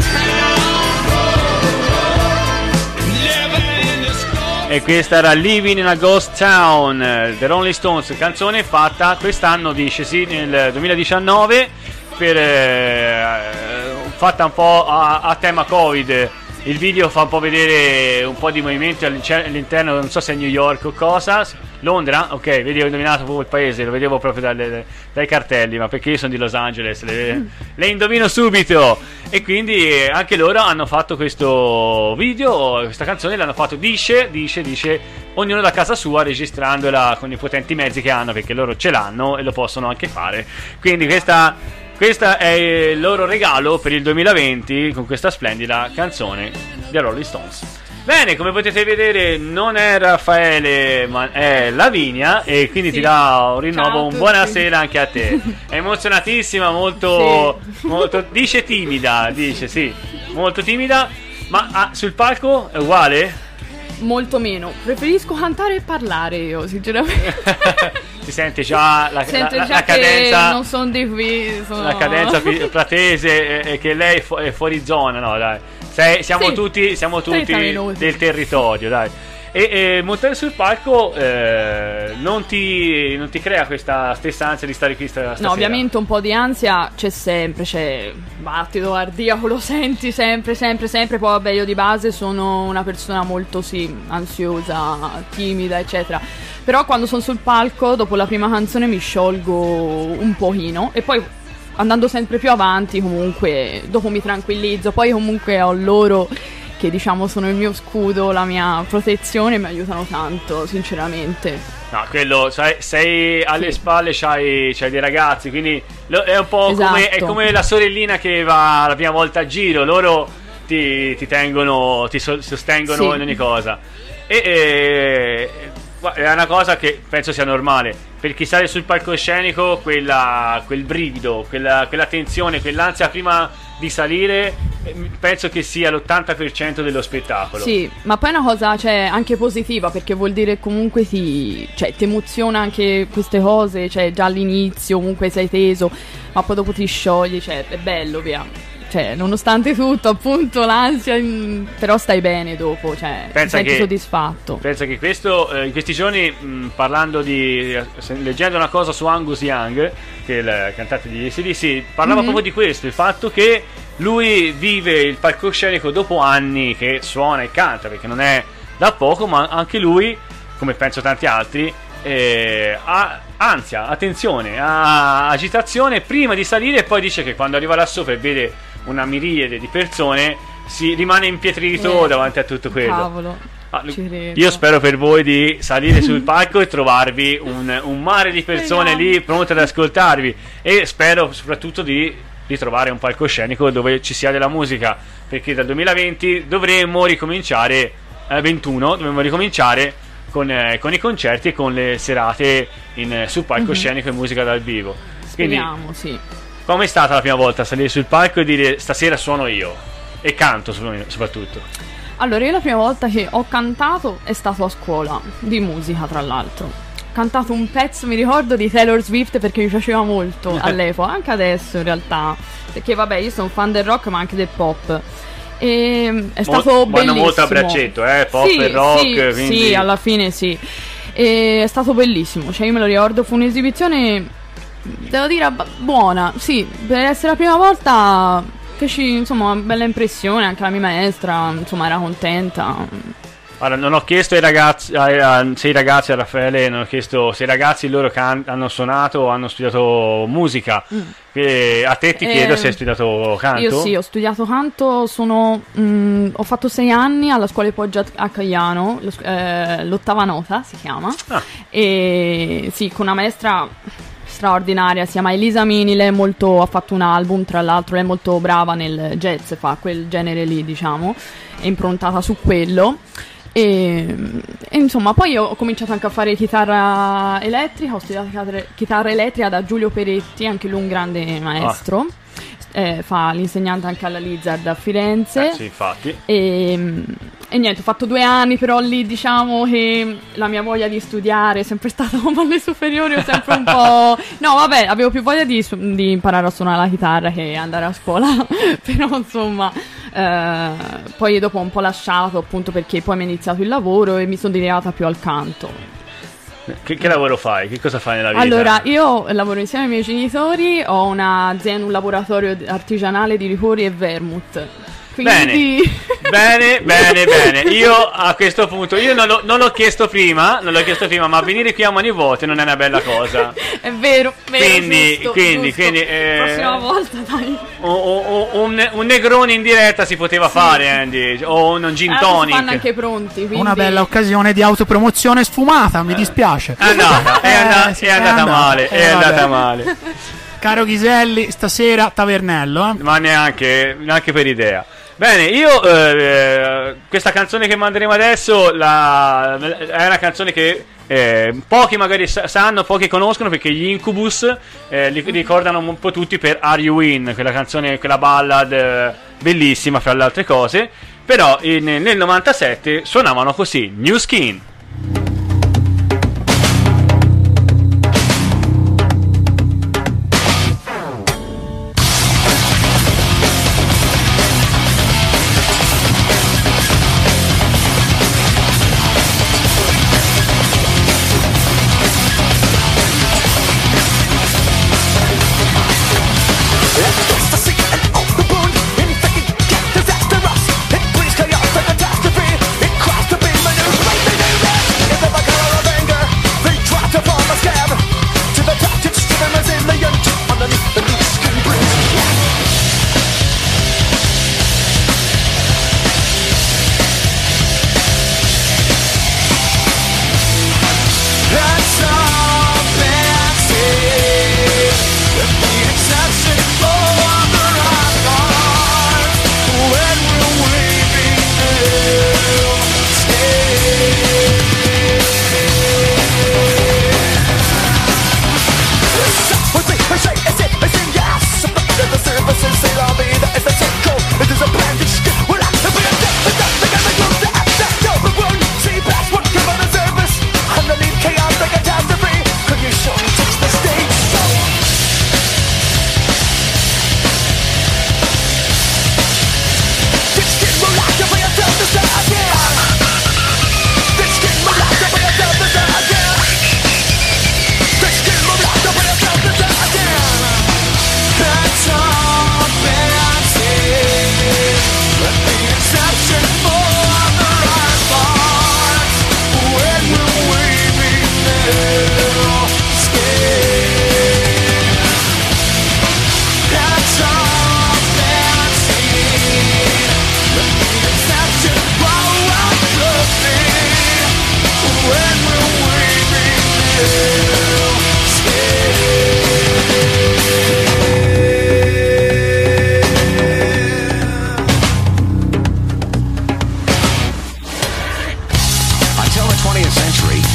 town. Living in this ghost. E questa era Living in a Ghost Town, eh, The Rolling Stones, canzone fatta quest'anno, dice sì, nel duemiladiciannove, per, eh, fatta un po' a, a tema Covid. Il video fa un po' vedere un po' di movimento all'incer- all'interno, non so se è New York o cosa. Londra? Ok, vedi, ho indovinato proprio il paese, lo vedevo proprio dalle- dai cartelli, ma perché io sono di Los Angeles, le, le indovino subito. E quindi eh, anche loro hanno fatto questo video, questa canzone l'hanno fatto, dice, dice, dice, ognuno da casa sua, registrandola con i potenti mezzi che hanno, perché loro ce l'hanno e lo possono anche fare. Quindi questa... Questo è il loro regalo per il duemilaventi con questa splendida canzone di Rolling Stones. Bene, come potete vedere non è Raffaele ma è Lavinia, e quindi Sì. ti dà un rinnovo, Ciao a un tutti. buonasera anche a te. È emozionatissima, molto, molto dice timida, dice sì, molto timida, ma ah, sul palco è uguale? Molto meno. Preferisco cantare e parlare io, sinceramente. Si sente già la, Sento la, già la che cadenza, non sono di qui. Sono... la cadenza pi- pratese e, e che lei è, fu- è fuori zona, no dai. Sei- siamo Sì, tutti, siamo tutti trenta minuti. del territorio, dai. E, e montare sul palco eh, non, ti, non ti crea questa stessa ansia di stare qui sta- stasera? No, ovviamente un po' di ansia c'è sempre, c'è battito cardiaco, lo senti sempre, sempre, sempre. Poi vabbè, io di base sono una persona molto, sì, ansiosa, timida, eccetera. Però quando sono sul palco, dopo la prima canzone mi sciolgo un pochino e poi andando sempre più avanti comunque dopo mi tranquillizzo. Poi comunque ho loro che diciamo sono il mio scudo, la mia protezione, mi aiutano tanto, sinceramente. No, quello, sai, sei alle Sì. spalle, c'hai, c'hai dei ragazzi, quindi lo- è un po' come, è Esatto. come la sorellina che va la prima volta a giro, loro ti, ti tengono, ti so- sostengono Sì. in ogni cosa. E, e gua- è una cosa che penso sia normale. Per chi sale sul palcoscenico, quella, quel brivido, quella, quella tensione, quell'ansia prima di salire, eh, penso che sia l'ottanta per cento dello spettacolo. Sì, ma poi è una cosa, cioè, anche positiva, perché vuol dire comunque ti, cioè, ti emoziona anche queste cose, cioè già all'inizio comunque sei teso, ma poi dopo ti sciogli, cioè è bello, via. Cioè, nonostante tutto, appunto, l'ansia, mm, però stai bene dopo, cioè, ti Pensa senti che- soddisfatto. Pensa che questo, eh, in questi giorni, mh, parlando di, eh, se- leggendo una cosa su Angus Young, che è il cantante di A C D C, parlava Mhm. proprio di questo, il fatto che lui vive il palcoscenico dopo anni che suona e canta, perché non è da poco, ma anche lui, come penso tanti altri, eh, ha ansia, attenzione, ha agitazione prima di salire, e poi dice che quando arriva là sopra e vede una miriade di persone si rimane impietrito Eh, davanti a tutto quello. Cavolo, Ah, ci credo. io spero per voi di salire sul palco e trovarvi un, un mare di persone Speriamo. lì pronte ad ascoltarvi, e spero soprattutto di, di trovare un palcoscenico dove ci sia della musica, perché dal duemilaventi dovremmo ricominciare, eh, ventuno dovremmo ricominciare con, eh, con i concerti e con le serate in, sul palcoscenico e musica dal vivo. Quindi Speriamo, sì. com'è stata la prima volta a salire sul palco e dire stasera suono io e canto soprattutto? Allora, io la prima volta che ho cantato è stato a scuola, di musica tra l'altro. Ho cantato un pezzo, mi ricordo, di Taylor Swift, perché mi piaceva molto all'epoca, anche adesso in realtà. Perché vabbè, io sono fan del rock ma anche del pop. E è stato Mo- vanno bellissimo. molto a braccetto, eh, pop Sì, e rock, sì, quindi- sì, alla fine sì. E è stato bellissimo, cioè io me lo ricordo, fu un'esibizione, devo dire, abba- buona. Sì, per essere la prima volta feci, insomma, una bella impressione, anche la mia maestra, insomma, era contenta. Allora, non ho chiesto ai ragazzi, ai- a- se i ragazzi, a Raffaele, non ho chiesto se i ragazzi loro can- hanno suonato o hanno studiato musica. E a te ti chiedo Eh, se hai studiato canto. Io sì, ho studiato canto, sono, mm, ho fatto sei anni alla scuola di Poggia a Caiano, lo sc- eh, l'ottava nota si chiama, Ah. e sì, con una maestra straordinaria, si chiama Elisa Mini, lei è molto, ha fatto un album, tra l'altro, lei è molto brava nel jazz, fa quel genere lì, diciamo, è improntata su quello. E, e insomma, poi ho cominciato anche a fare chitarra elettrica, ho studiato chitarra, chitarra elettrica da Giulio Peretti, anche lui un grande maestro. Eh, fa l'insegnante anche alla Lizard a Firenze. Eh, sì, infatti. E, e niente, ho fatto due anni, però lì diciamo che la mia voglia di studiare è sempre stata come alle superiori, ho sempre un po'... No, vabbè, avevo più voglia di, su- di imparare a suonare la chitarra che andare a scuola, però insomma... eh, poi dopo ho un po' lasciato, appunto, perché poi mi è iniziato il lavoro e mi sono dedicata più al canto. Che, che lavoro fai? Che cosa fai nella vita? Allora, io lavoro insieme ai miei genitori, ho un'azienda, un laboratorio artigianale di liquori e vermouth. Quindi... Bene, bene, bene. Io a questo punto, io non, l'ho- non l'ho chiesto prima, non l'ho chiesto prima, ma venire qui a mani vuote non è una bella cosa. È vero, vero, Quindi- giusto, quindi- giusto. quindi, eh, Prossima volta, dai. O- o- o- un, un negrone in diretta si poteva fare, Andy, o un gin Adesso si tonic. fanno anche pronti, quindi... Una bella occasione di autopromozione sfumata, mi dispiace. È andata, è, andata- Eh, sì, è andata male, Eh, è vabbè. andata male. Caro Ghiselli, stasera tavernello, eh? Ma neanche, neanche per idea. Bene, io eh, questa canzone che manderemo adesso la, è una canzone che eh, pochi magari sa- sanno, pochi conoscono, perché gli Incubus eh, li ricordano un po' tutti per Are You In, quella canzone, quella ballad eh, bellissima fra le altre cose. Però in- nel novantasette suonavano così, New Skin.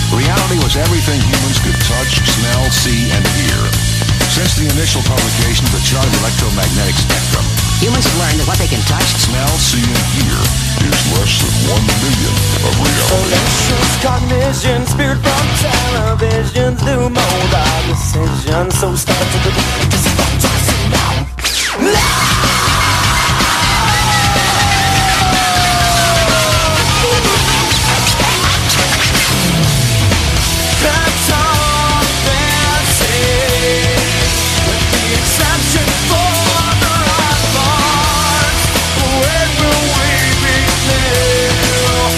Reality was everything humans could touch, smell, see, and hear. Since the initial publication of the chart of the electromagnetic spectrum, Humans have learned that what they can touch, smell, see, and hear is less than one millionth of reality. Delicious cognition, spirit from television to mold our decisions. So stop it to the to stop tossing now. That's all fancy, with the exception for the right parts. When will we be new?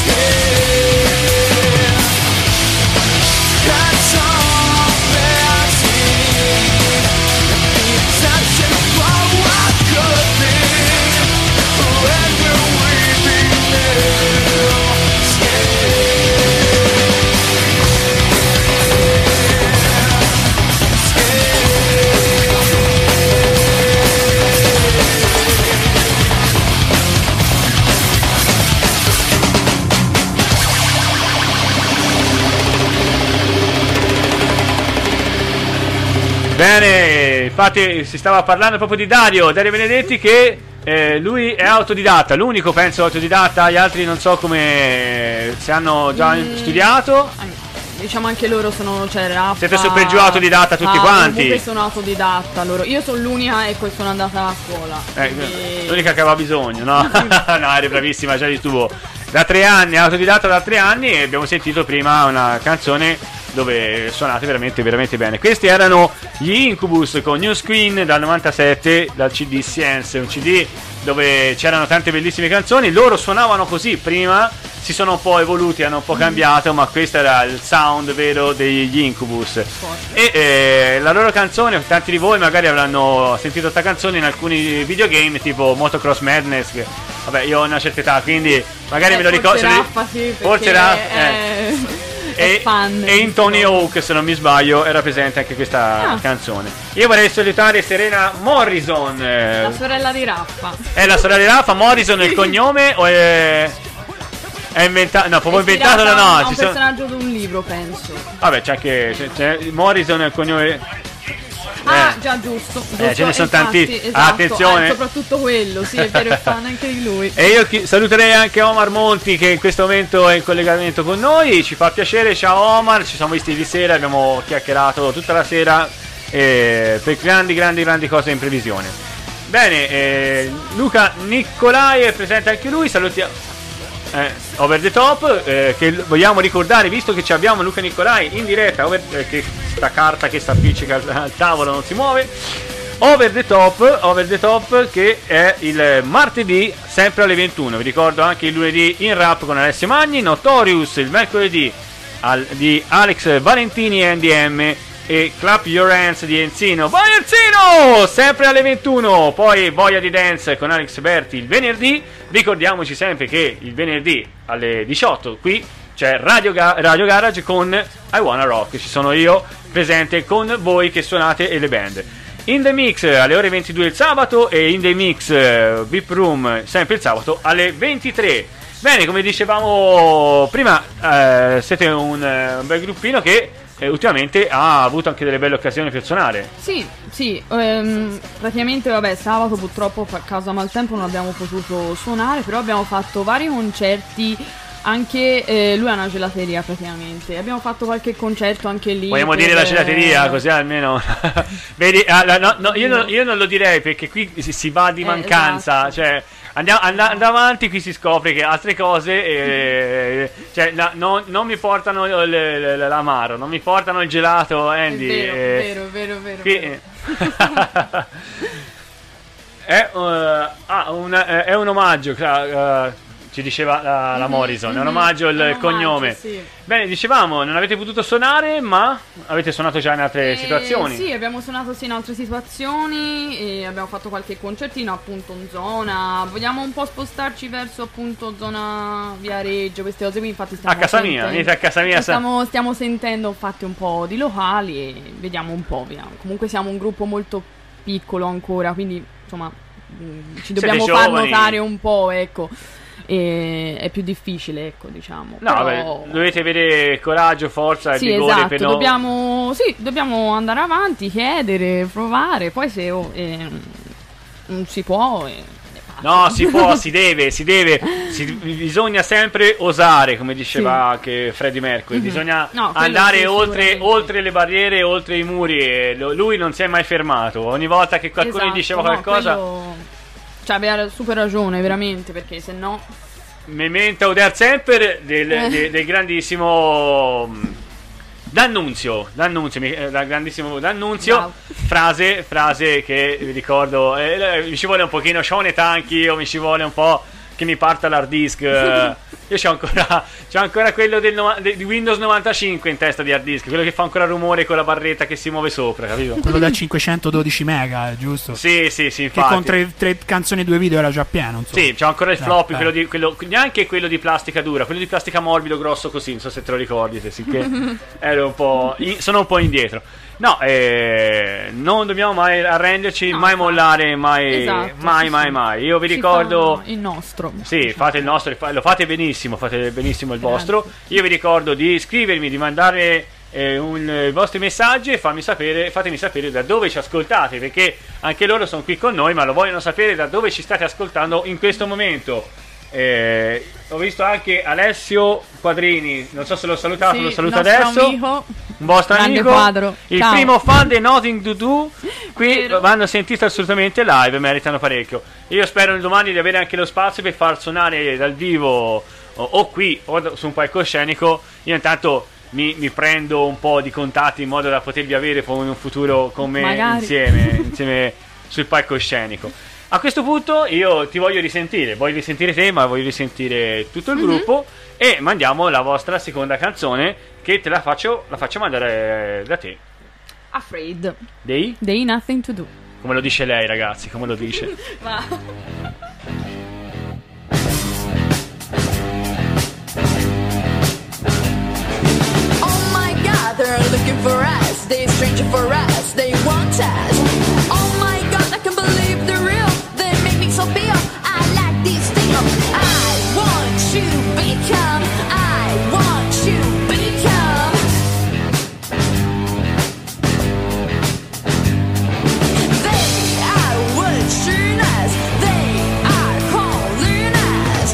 Scared. That's all fancy, with the exception for what could be. When will we be new? Scared. Bene, infatti si stava parlando proprio di Dario, Dario Benedetti che eh, lui è autodidatta, l'unico penso autodidatta, gli altri non so come se hanno già Mm. studiato. Diciamo anche loro sono, cioè Raffa, Siete super giù autodidatta tutti ah, quanti. comunque sono autodidatta loro. Io sono l'unica e poi sono andata a scuola. Eh, quindi- l'unica che aveva bisogno, no? No, eri bravissima già di tuo. Da tre anni, autodidatta da tre anni, e abbiamo sentito prima una canzone dove suonate veramente veramente bene. Questi erano gli Incubus con New Screen dal novantasette, dal C D Science, un C D dove c'erano tante bellissime canzoni. Loro suonavano così prima, si sono un po' evoluti, hanno un po' cambiato, ma questo era il sound vero degli Incubus. E eh, la loro canzone, tanti di voi magari avranno sentito questa canzone in alcuni videogame tipo Motocross Madness, che, vabbè, io ho una certa età, quindi magari Eh, me lo ricordo. forse Raffa, sì, Forse perché Raffa, è- è e, fan e in di Tony questo. Hawk, se non mi sbaglio, era presente anche questa Ah. canzone. Io vorrei salutare Serena Morrison, eh, La sorella di Raffa. è la sorella di Rafa. Morrison è il cognome o è, è inventato? No, proprio inventato da Ispirata no. a ci un sono- personaggio di un libro, penso. Vabbè, c'è anche c'è, c'è- Morrison è il cognome. Ah, Eh. già, giusto. giusto, Eh, ce ne sono infatti, tanti. esatto. Attenzione. Ah, soprattutto quello, sì, è vero, è fan anche di lui. E io chi- saluterei anche Omar Monti che in questo momento è in collegamento con noi, ci fa piacere, ciao Omar, ci siamo visti di sera, abbiamo chiacchierato tutta la sera eh, per grandi grandi grandi cose in previsione. Bene, eh, Luca Nicolai è presente anche lui, salutiamo eh, Over the Top, eh, che l- vogliamo ricordare, visto che ci abbiamo Luca Nicolai in diretta, over, eh, che sta carta che sta appiccica al, al tavolo non si muove. Over the Top, Over the Top che è il martedì sempre alle ventuno. Vi ricordo anche il lunedì in rap con Alessio Magni, Notorious il mercoledì al, di Alex Valentini e N D M e Clap Your Hands di Enzino. Vai Enzino! Sempre alle ventuno. Poi Voglia di Dance con Alex Berti il venerdì. Ricordiamoci sempre che il venerdì alle diciotto qui c'è Radio, Ga- Radio Garage con I Wanna Rock. Ci sono io presente con voi che suonate e le band. In the Mix alle ore ventidue il sabato e In the Mix eh, V I P Room sempre il sabato alle ventitré. Bene, come dicevamo prima, eh, siete un, eh, un bel gruppino che eh, ultimamente ha avuto anche delle belle occasioni per suonare. Sì, sì, ehm, praticamente vabbè, sabato purtroppo a causa maltempo non abbiamo potuto suonare, però abbiamo fatto vari concerti, anche eh, lui ha una gelateria praticamente, abbiamo fatto qualche concerto anche lì. Vogliamo per- dire la gelateria così almeno. Vedi, ah, la- no, no, io, non, io non lo direi perché qui si, si va di Eh, mancanza, esatto. cioè andiamo, and- andiamo avanti, qui si scopre che altre cose eh, cioè, la- no- non mi portano l- l- l- l'amaro, non mi portano il gelato, È Andy. vero, eh, vero, vero, vero, qui- vero. è, uh, ah, un, eh, è un omaggio, cla- uh, ci diceva la, la Morrison, è un omaggio il È un omaggio, cognome. sì. Bene, dicevamo, non avete potuto suonare, ma avete suonato già in altre Eh, situazioni. Sì, abbiamo suonato sì in altre situazioni e abbiamo fatto qualche concertino appunto in zona. Vogliamo un po' spostarci verso appunto zona Viareggio, queste cose qui, infatti stiamo A casa mia, sentendo- venite a casa mia. Stiamo, stiamo sentendo infatti un po' di locali e vediamo un po', vediamo. Comunque siamo un gruppo molto piccolo ancora, quindi insomma mh, ci dobbiamo far giovani. notare un po', ecco. e è più difficile, ecco, diciamo. No, Però... vabbè, dovete avere coraggio, forza e Sì, vigore esatto, per non... dobbiamo, sì, dobbiamo andare avanti, chiedere, provare, poi se oh, eh, non si può... Eh, No, si può, si deve, si deve, si, bisogna sempre osare, come diceva Sì. anche Freddie Mercury, Mhm. bisogna No, quello andare sì, oltre, sicuramente. oltre le barriere, oltre i muri, e lo- lui non si è mai fermato, ogni volta che qualcuno gli Esatto, diceva no, qualcosa, quello- Cioè, aveva super ragione, veramente, perché se no... memento der semper del, Eh. de- del grandissimo mm, D'Annunzio, D'Annunzio, mi- eh, dal grandissimo D'Annunzio, Bravo. frase, frase che vi ricordo, eh, mi ci vuole un pochino, c'ho un'età anch'io, mi ci vuole un po' che mi parta l'hard disk, eh, io c'ho ancora, c'ho ancora quello del nova- de- di Windows novantacinque in testa di hard disk, quello che fa ancora rumore con la barretta che si muove sopra, capito? Quello da cinquecentododici mega, giusto? Sì, sì, sì, Che infatti. con tre, tre canzoni e due video era già pieno, insomma. Sì, c'ho ancora il Eh, floppy, eh. quello di, quello, neanche quello di plastica dura, quello di plastica morbido, grosso così, non so se te lo ricordi, se sì che ero un po', in- sono un po' indietro. No, eh, non dobbiamo mai arrenderci, No, mai infatti. mollare, mai, Esatto, mai, sì, mai, sì. mai. Io vi Si ricordo... fa il nostro. Sì, fate il nostro, fa- lo fate benissimo, fate benissimo il vostro. Io vi ricordo di scrivermi, di mandare eh, un- i vostri messaggi e farmi sapere, fatemi sapere da dove ci ascoltate, perché anche loro sono qui con noi, ma lo vogliono sapere da dove ci state ascoltando in questo momento. Eh, ho visto anche Alessio Quadrini, non so se l'ho salutato, Sì, lo saluto nostro adesso. amico, Un vostro grande amico, quadro. il Ciao. primo fan dei Nothing to Do. Qui Vero. vanno sentiti assolutamente live, meritano parecchio. Io spero domani di avere anche lo spazio per far suonare dal vivo o, o qui o su un palcoscenico. Io intanto mi, mi prendo un po' di contatti in modo da potervi avere poi in un futuro con me Magari. insieme, insieme sul palcoscenico. A questo punto io ti voglio risentire, voglio risentire te, ma voglio risentire tutto il gruppo e mandiamo la vostra seconda canzone che te la faccio, la faccio mandare da te. Afraid. Dei? Dei Nothing to Do. Come lo dice lei, ragazzi, come lo dice. Ma... Oh my god, they're looking for us. They're stranger for us. They want us. Oh my god, I can't believe they're real. They make me so feel. I like this feel. I want to become. I want to become. They are watching us. They are calling us.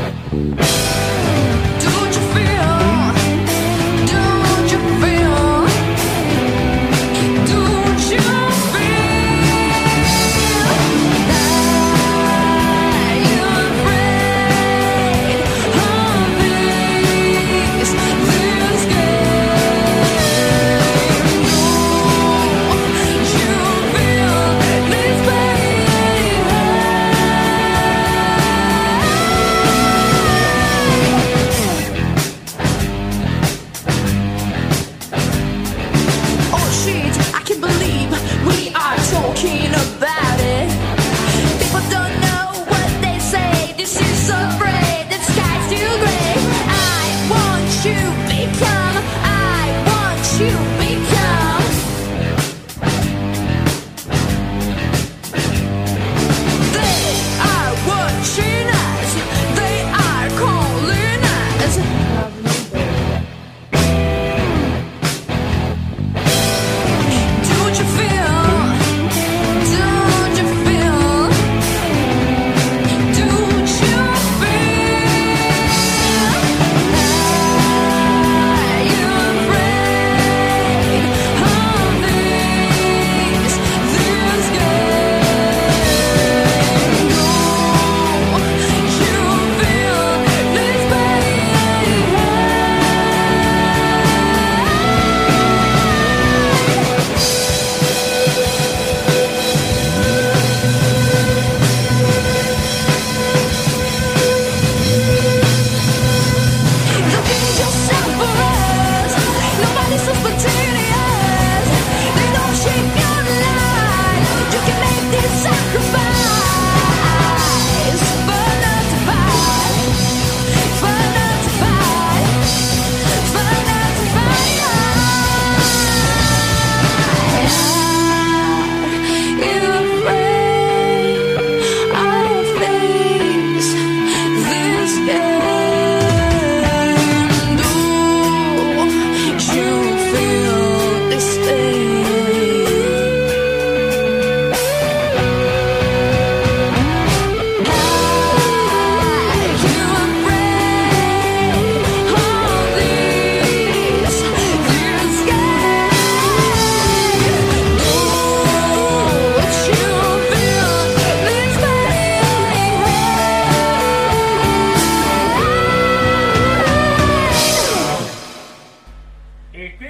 Don't you feel? Don't you feel?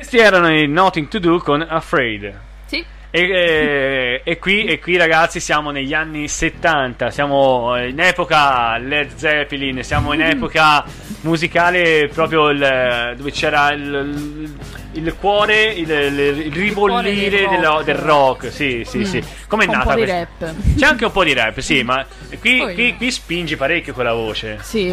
Questi erano i Nothing to Do con Afraid. Sì. E, e, e, qui, e qui ragazzi siamo negli anni settanta, siamo in epoca Led Zeppelin, siamo in epoca musicale proprio il, dove c'era il, il, il cuore, il, il, il ribollire il cuore del dello- rock. del rock, sì sì Mm. sì. Com'è Un nata po' di questa- rap. C'è anche un po' di rap, sì, ma qui, Poi- qui, qui spingi parecchio con la voce. Sì,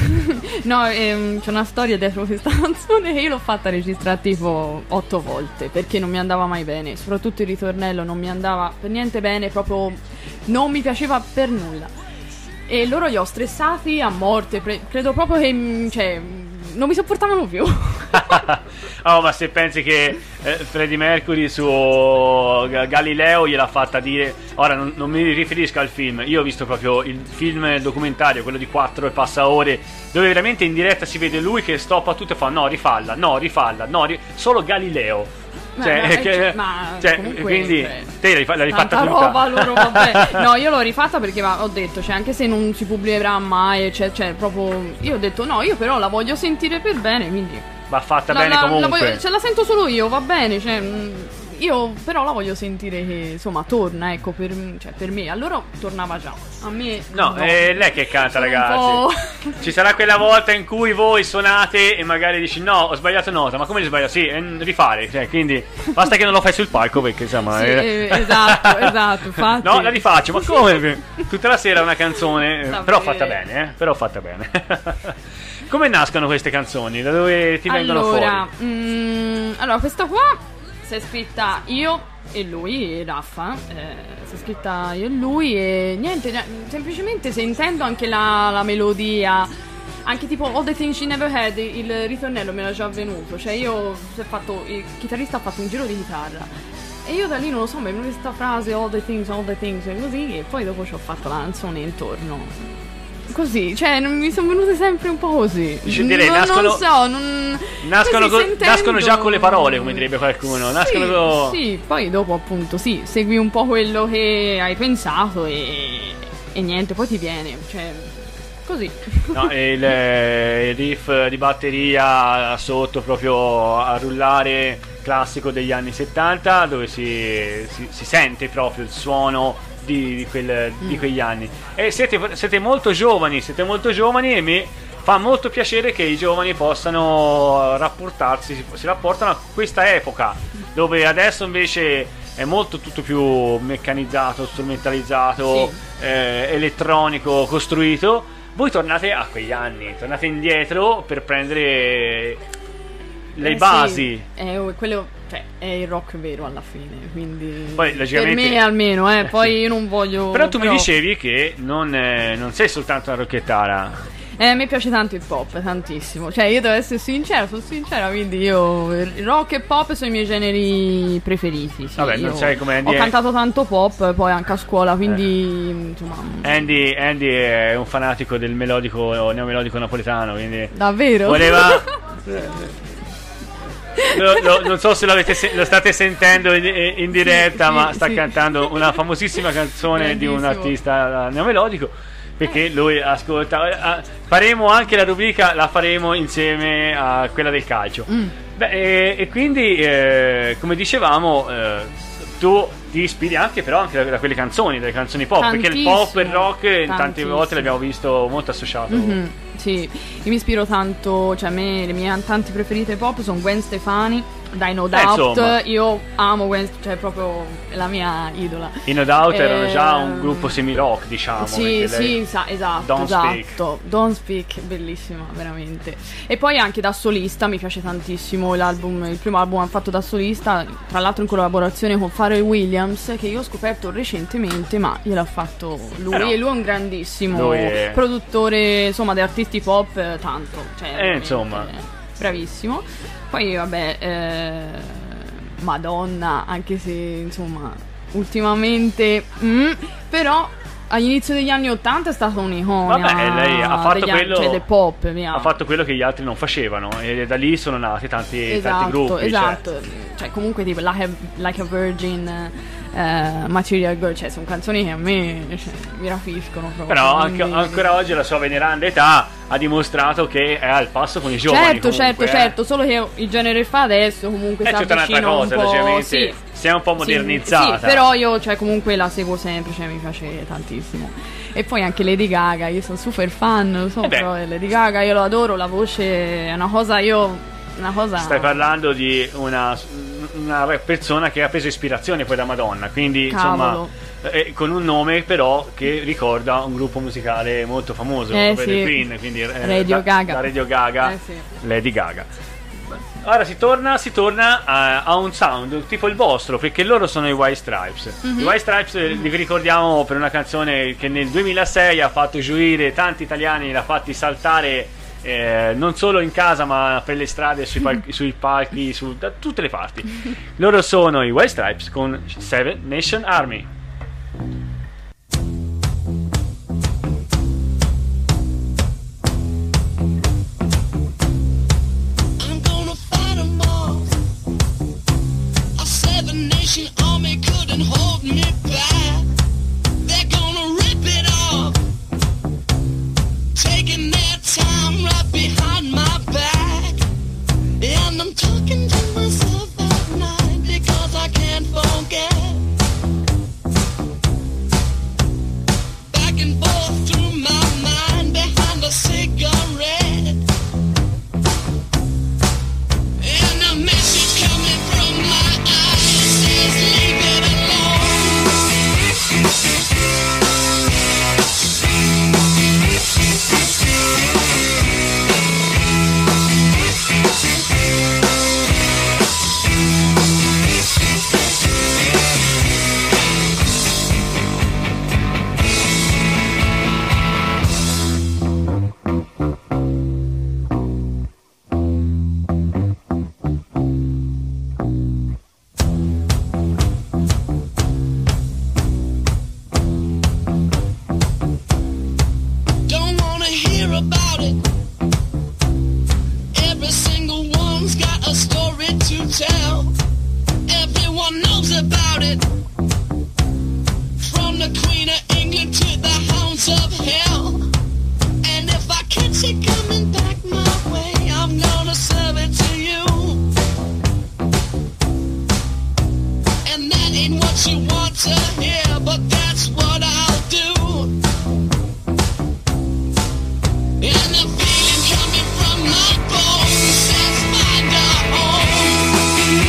no, ehm, c'è una storia dietro questa canzone che io l'ho fatta registrare tipo otto volte perché non mi andava mai bene, soprattutto il ritornello non mi andava per niente bene, proprio non mi piaceva per nulla. E loro li ho stressati a morte, pre- credo proprio che, mm, cioè, non mi sopportavano più. Oh, ma se pensi che eh, Freddie Mercury su Ga- Galileo gliel'ha fatta dire. Ora non, non mi riferisco al film, io ho visto proprio il film documentario, quello di quattro e passa ore, dove veramente in diretta si vede lui che stoppa tutto e fa no, rifalla, no, rifalla, no, ri-". Solo Galileo. Ma- Cioè, ma- che- cioè, ma cioè, comunque, quindi cioè, te l'hai, fa- l'hai rifatta tanta tutta. roba loro, vabbè. No, io l'ho rifatta perché ma, ho detto, cioè, anche se non si pubblicherà mai, cioè, cioè, proprio. Io ho detto no, io però la voglio sentire per bene, quindi. Va fatta La, bene la- la comunque. voglio- ce la sento solo io, va bene, cioè, mh, io però la voglio sentire che insomma torna, ecco, per, cioè, per me. Allora tornava già. A me No, è lei che canta, Sono un ragazzi. Ci sarà quella volta in cui voi suonate e magari dici no, ho sbagliato nota, ma come li sbaglio? Sì, eh, rifare, cioè, quindi basta che non lo fai sul palco perché insomma... Sì, eh. eh, esatto, esatto, infatti. No, la rifaccio, ma come? Tutta la sera una canzone, eh, Sta però bene. fatta bene, eh? Però fatta bene. Come nascono queste canzoni? Da dove ti vengono allora, fuori? mm, allora, questa qua si è scritta io e lui, e Raffa, eh, si è scritta io e lui e niente, ne- semplicemente sentendo anche la, la melodia, anche tipo All the Things She Never Had, il ritornello me l'ha già venuto, cioè io si è fatto, il chitarrista ha fatto un giro di chitarra e io da lì non lo so, mi è venuta questa frase All the Things, All the Things e così, e poi dopo ci ho fatto la canzone intorno. Così, cioè non mi sono venute sempre un po' così. Dice- direi, non, nascono- non so, non Nascono, così co- sentendo- nascono già con le parole, come direbbe qualcuno. Nascono sì, co- sì, poi dopo appunto sì, segui un po' quello che hai pensato e, e niente, poi ti viene, cioè così. No, e il, eh, il riff di batteria sotto proprio a rullare, classico degli anni settanta, dove si, si, si sente proprio il suono di, di, quel- di quegli anni. E siete, siete molto giovani, siete molto giovani e mi fa molto piacere che i giovani possano rapportarsi, si, si rapportano a questa epoca, dove adesso invece è molto tutto più meccanizzato, strumentalizzato, eh, elettronico, costruito. Voi tornate a quegli anni, tornate indietro per prendere le Eh, basi. sì, è, quello, cioè, è il rock vero alla fine, quindi Poi, per logicamente- me almeno, eh, Eh, poi sì. io non voglio. Però tu mi dicevi che non, eh, non sei soltanto una rocchettara. Eh, a me piace tanto il pop, tantissimo. Cioè, io devo essere sincera, sono sincera, quindi io il rock e pop sono i miei generi preferiti. Sì. Vabbè, non Io sai come ho Andy è- cantato tanto pop, poi anche a scuola, quindi insomma. Andy, Andy è un fanatico del melodico, neomelodico napoletano, quindi Davvero? voleva... Lo- lo- non so se l'avete se- lo state sentendo in, in diretta, Sì, ma sì, sta sì. cantando una famosissima canzone di un Grandissimo. artista neomelodico, perché lui ascolta. eh, faremo anche la rubrica, la faremo insieme a quella del calcio. Mm. Beh, e, e quindi, eh, come dicevamo, eh, tu ti ispiri anche però anche da, da quelle canzoni, dalle canzoni pop, perché il pop e il rock in tante Tantissimo. volte l'abbiamo visto molto associato. Mhm, sì, io mi ispiro tanto, cioè a me le mie cantanti preferite pop sono Gwen Stefani, dai No Eh, Doubt, insomma. io amo Gwen, cioè proprio è la mia idola. I No Doubt erano già un Ehm, gruppo semi-rock, diciamo. Sì, perché sì, lei- sa- esatto, Don't esatto. Speak. Don't Speak, bellissima, veramente. E poi anche da solista mi piace tantissimo l'album, il primo album fatto da solista, tra l'altro in collaborazione con Pharrell Williams, che io ho scoperto recentemente, ma gliel'ha fatto lui, Eh no. e lui è un grandissimo Lui è- produttore, insomma, di artisti pop, eh, tanto, cioè, veramente, insomma. eh, bravissimo. Poi vabbè, eh, Madonna, anche se insomma ultimamente mm, però all'inizio degli anni ottanta è stata un'icona. Vabbè, lei ha fatto degli quello, anni, cioè del pop, via. ha fatto quello che gli altri non facevano e da lì sono nati tanti, Esatto, tanti gruppi. esatto. Cioè. Cioè, comunque tipo Like a, Like a Virgin, eh, Material Girl, cioè sono canzoni che a me cioè, mi rapiscono proprio. Però anche, quindi- ancora oggi la sua veneranda età ha dimostrato che è al passo con i giovani. Certo, comunque, certo, eh. certo, solo che il genere fa adesso comunque È si tutta un'altra avvicina un cosa, po', logicamente sì. si è un po' Sì, modernizzata. Sì, però io cioè comunque la seguo sempre, cioè mi piace tantissimo. E poi anche Lady Gaga, io sono super fan, lo so, Eh beh. però Lady Gaga io lo adoro, la voce è una cosa io una cosa Stai parlando di una, una persona che ha preso ispirazione poi da Madonna, quindi Cavolo. insomma eh, con un nome però che ricorda un gruppo musicale molto famoso, Eh, ovvero sì. i Queen, quindi eh, Radio da, Gaga. da Radio Gaga, Eh, sì. Lady Gaga. Ora si torna, si torna a, a un sound tipo il vostro, perché loro sono i White Stripes. Mhm. I White Stripes eh, li ricordiamo per una canzone che nel duemilasei ha fatto gioire tanti italiani, l'ha fatti saltare eh, non solo in casa ma per le strade, sui, palchi, sui palchi, su, da tutte le parti. Loro sono i White Stripes con Seven Nation Army. I'm gonna fight 'em all. A seven nation army couldn't hold me back. They're gonna rip it off, taking their time right behind my back. And I'm talking to myself at night because I can't forget. Back and forth through my mind behind a cigarette. And a message coming from my eyes says leave it Don't wanna hear about it. Every single one's got a story to tell. Everyone knows about it. From the Queen of England to the hounds of hell. And if I catch it coming back my way, I'm gonna serve it to you. And that ain't what you want to hear, but that's what I'll do. And the feeling coming from my bones says find a home.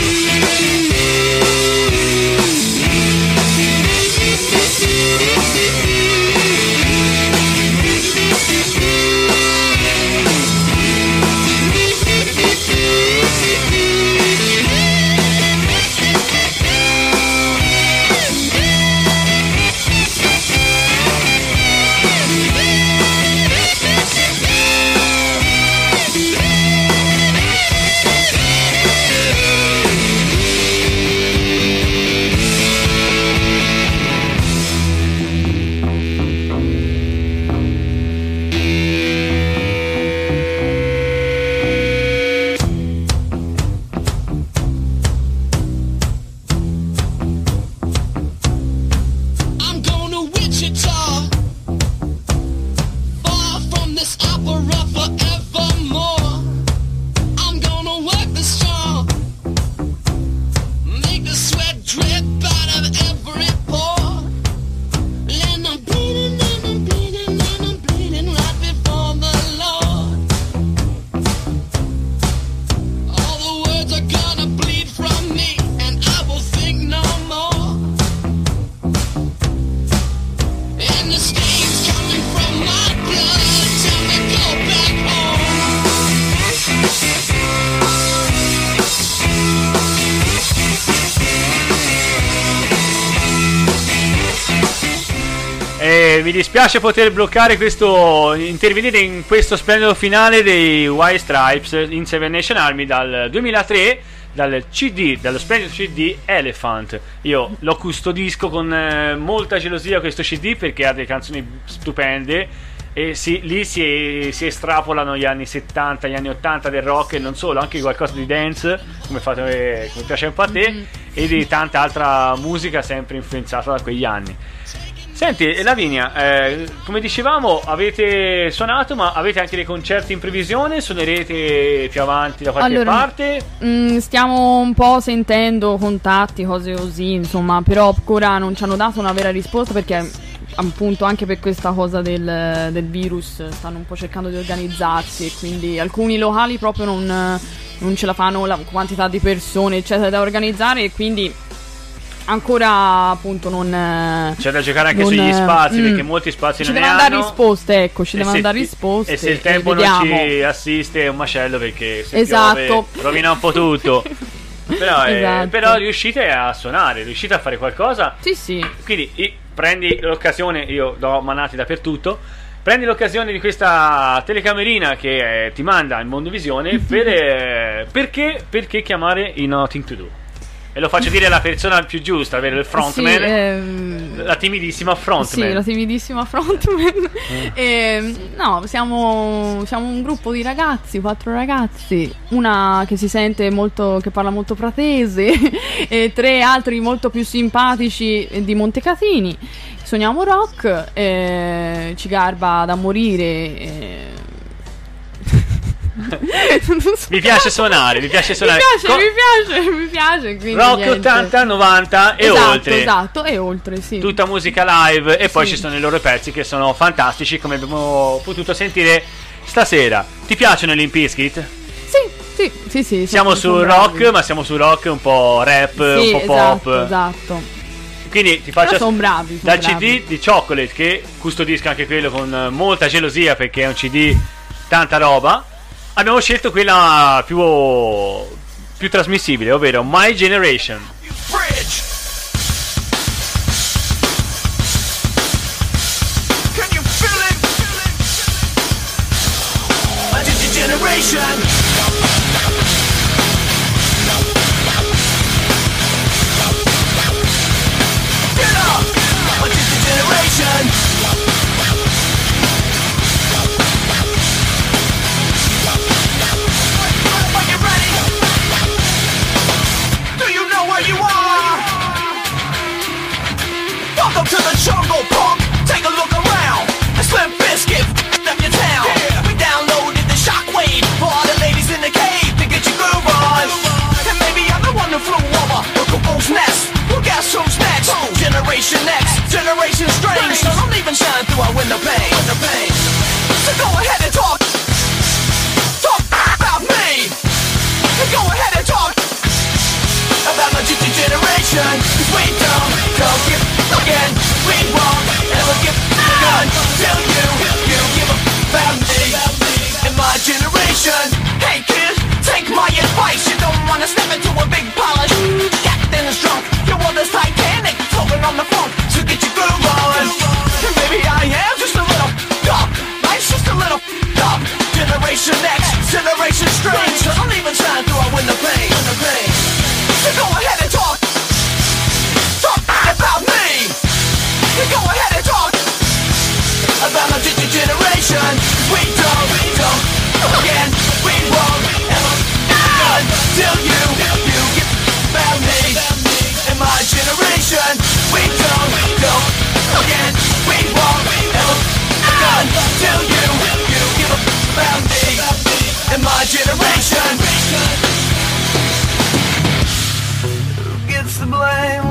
mi dispiace poter bloccare questo, intervenire in questo splendido finale dei White Stripes in Seven Nation Army dal duemilatré, dal C D, dallo splendido C D Elephant. Io lo custodisco con eh, molta gelosia questo C D perché ha delle canzoni stupende. E si, lì si, si estrapolano gli anni settanta, gli anni ottanta del rock e non solo, anche qualcosa di dance, come, fate, come piace un po' a te, mm-hmm. e di tanta altra musica sempre influenzata da quegli anni. Senti, Lavinia, eh, come dicevamo, avete suonato, ma avete anche dei concerti in previsione? Suonerete più avanti da qualche allora, parte? Mh, stiamo un po' sentendo contatti, cose così, insomma, però ancora non ci hanno dato una vera risposta perché appunto anche per questa cosa del, del virus stanno un po' cercando di organizzarsi e quindi alcuni locali proprio non, non ce la fanno, la quantità di persone eccetera da organizzare e quindi ancora appunto non c'è da giocare anche non, sugli spazi, mm, perché molti spazi ci non ne devono hanno. dare risposte, ecco, ci E devono se dare ti- risposte E se il tempo non vediamo. ci assiste è un macello, perché se Esatto. piove rovina un po' tutto. Però, eh, Esatto. però riuscite a suonare, riuscite a fare qualcosa. Sì, sì. Quindi i- prendi l'occasione, io do manate dappertutto. Prendi l'occasione di questa telecamerina che eh, ti manda in Mondovisione per, eh, perché, perché chiamare i Nothing to Do. E lo faccio dire alla persona più giusta, ovvero il frontman, Sì, ehm, la timidissima frontman. Sì, la timidissima frontman. Ehm, no, siamo, siamo un gruppo di ragazzi, quattro ragazzi, una che si sente molto, che parla molto pratese e tre altri molto più simpatici di Montecatini. Suoniamo rock, eh, ci garba da morire. Eh. Mi piace suonare, mi piace suonare. Mi piace, Co- mi piace, mi piace. quindi Rock niente. ottanta, novanta e Esatto, oltre. Esatto, e oltre, sì. Tutta musica live e poi Sì. ci sono i loro pezzi che sono fantastici, come abbiamo potuto sentire stasera. Ti piacciono i Limp Bizkit? Sì, sì, sì, sì. Siamo sono- su sono rock, bravi. ma siamo su rock un po' rap, Sì, un po' esatto, pop. esatto. Quindi ti faccio Però son bravi, son dal bravi. C D di Chocolate, che custodisco anche quello con molta gelosia perché è un C D tanta roba. Abbiamo scelto quella più più trasmissibile, ovvero My Generation. Bridge. Can you feel it? My digital generation. Get up. My digital generation. Are you ready? Do you know where you are? Welcome to the jungle, punk. Take a look around. A Slim Biscuit up your town. We downloaded the shockwave for all the ladies in the cave to get your groove on. And maybe I'm the one who flew over the cuckoo's nest. Well, guess who's next? Generation X, Generation Strange. So don't even shine through our window pane. Window pane. So go ahead and talk. Talk about me. Go ahead and talk about my G T generation. 'Cause we don't, don't give again. We won't ever give gun till you, you give about me and my generation. Hey kid, take my advice. You don't wanna step into a big polish. Captain is drunk, your world is Titanic, floating on the phone. So get your groove on. And maybe I am just a little dumb. Life's just a little dumb. Generation X, Generation Strange. So don't even shine through our window pane. Window pane. So go ahead and talk. Talk about me. So go ahead and talk about my digital generation. We don't, we don't, again, we won't ever until you, you get about me and my generation. We don't, we don't, again, we won't ever until you, you give about me and my generation. Who gets the blame?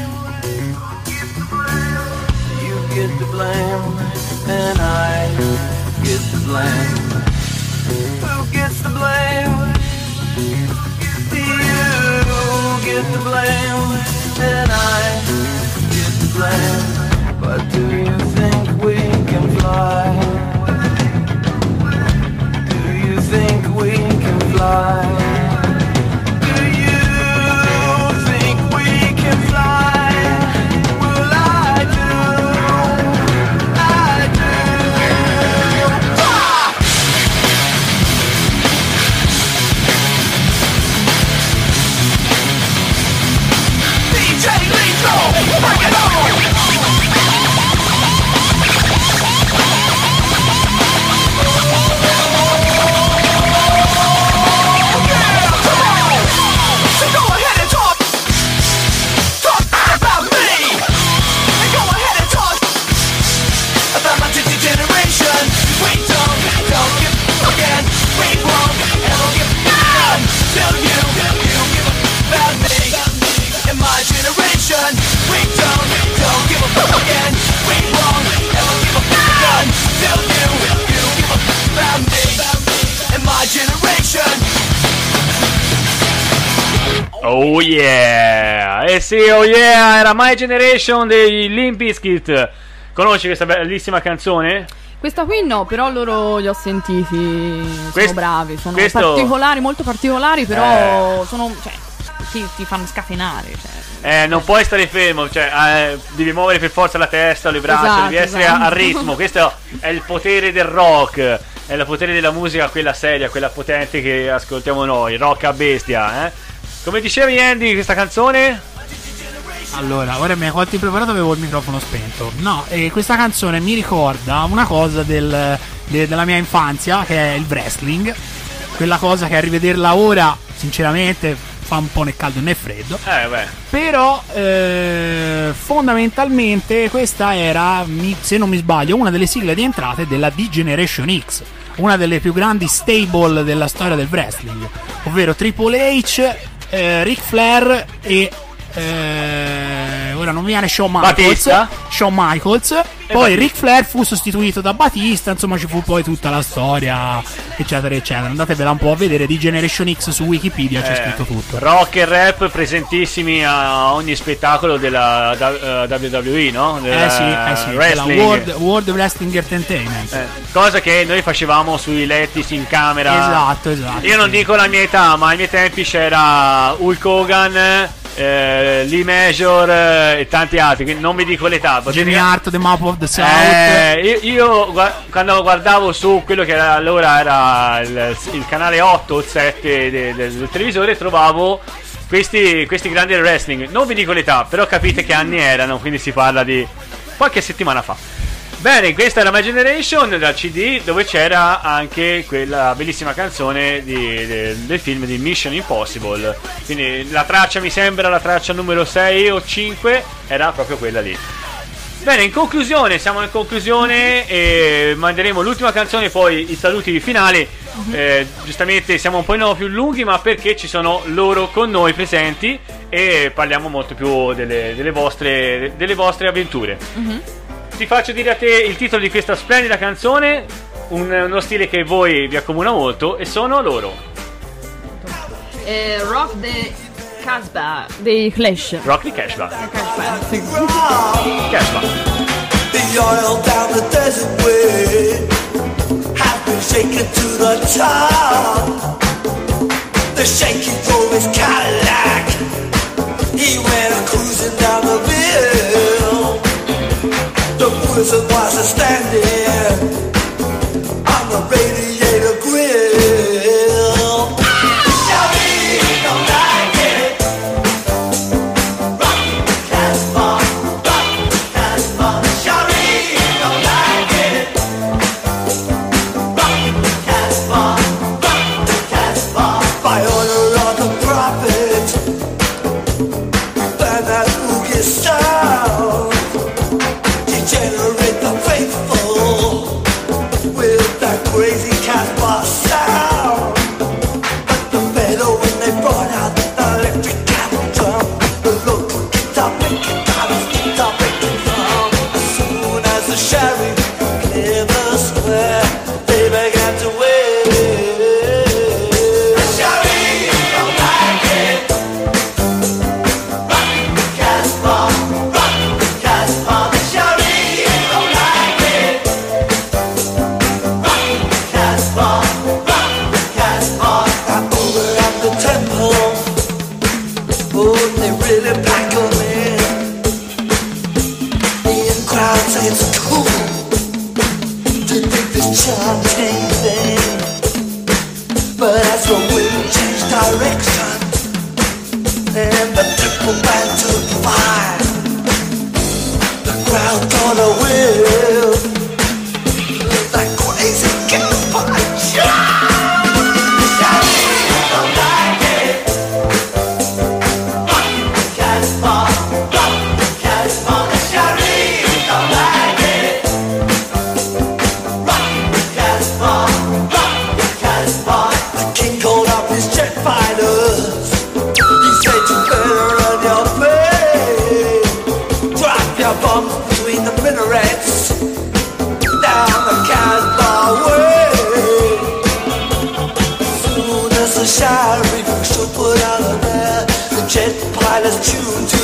You get the blame, and I get the blame. Who gets the blame? You get the blame, and I get the blame. But do you think we can fly? Do you think we can fly? Do you think we can fly? Well, I do. I Oh yeah! Eh sì, oh yeah! Era My Generation dei Limp Bizkit. Conosci questa bellissima canzone? Questa qui no, però loro li ho sentiti, sono Quest- bravi, sono questo- particolari, molto particolari, però sono, cioè, ti, ti fanno scatenare, cioè. Eh, non puoi stare fermo, cioè eh, devi muovere per forza la testa, le braccia, Esatto, devi essere esatto. a, a ritmo. Questo è il potere del rock, è il potere della musica, quella seria, quella potente che ascoltiamo noi, rock a bestia, eh? Come dicevi Andy, questa canzone? Allora, ora mi hai colto impreparato, avevo il microfono spento. No, eh, questa canzone mi ricorda una cosa del, de- della mia infanzia, che è il wrestling. Quella cosa che a rivederla ora, sinceramente, fa un po' né caldo né freddo. Eh, beh. Però, eh, fondamentalmente, questa era, mi- se non mi sbaglio, una delle sigle di entrate della D-Generation X. Una delle più grandi stable della storia del wrestling. Ovvero Triple H, eh, Ric Flair e... Eh, ora non mi viene Shawn Michaels, Batista. Shawn Michaels. Poi Batista. Ric Flair fu sostituito da Batista. Insomma, ci fu poi tutta la storia, eccetera, eccetera. Andatevela un po' a vedere. Di Generation X su Wikipedia c'è Eh, scritto tutto. Rock e rap presentissimi a ogni spettacolo della uh, W W E, no? Della Eh sì, eh sì, della wrestling. World, World Wrestling Entertainment. Eh, cosa che noi facevamo sui letti in camera. Esatto, esatto. Io non sì. dico la mia età, ma ai miei tempi c'era Hulk Hogan, eh, Lee Major eh, e tanti altri. Quindi non vi dico l'età. potete- Jimmy Hart, The Map of the South. Eh, io, io gua- quando guardavo su quello che era, allora era il, il canale otto o il sette de- de- del televisore, trovavo questi, questi grandi del wrestling. Non vi dico l'età, però capite che anni erano, quindi si parla di qualche settimana fa. Bene, questa era My Generation dal C D, dove c'era anche quella bellissima canzone di- de- del film di Mission Impossible. Quindi la traccia, mi sembra la traccia numero sei o cinque, era proprio quella lì. Bene, in conclusione, siamo in conclusione e manderemo l'ultima canzone e poi i saluti finali. Eh, giustamente siamo un po' no, più lunghi, ma perché ci sono loro con noi presenti e parliamo molto più delle, delle vostre, delle vostre avventure. Ti faccio dire a te il titolo di questa splendida canzone, un- uno stile che voi vi accomuna molto, e sono loro. Eh, Rock the Casbah dei Clash. Rock the Cashback. Casbah, sì. Cashback. The oil down the desert way has been shaken to the top. The shaky drove his Cadillac. He went cruising down the hill. The wizard was a standing on the radiator grill. Now he don't like it. Rock the Casbah, rock the Casbah. Shawty don't like it. Rock the Casbah, rock the Casbah. By order of the prophet, burn that oogie sound. Degenerate the faithful with that crazy Casbah sound. But the meadow when they brought out the electric cattle drum, the local guitar making dollars, guitar making drum. As soon as the sheriff cleared the square, they began to wait. The sheriff don't like it. Rock the Casbah, rock the Casbah. The sheriff don't like it. Rock the Casbah.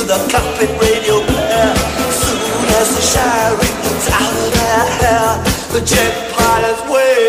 with a cupping radio player. Soon as the shower rings out of their hair, the jet pilots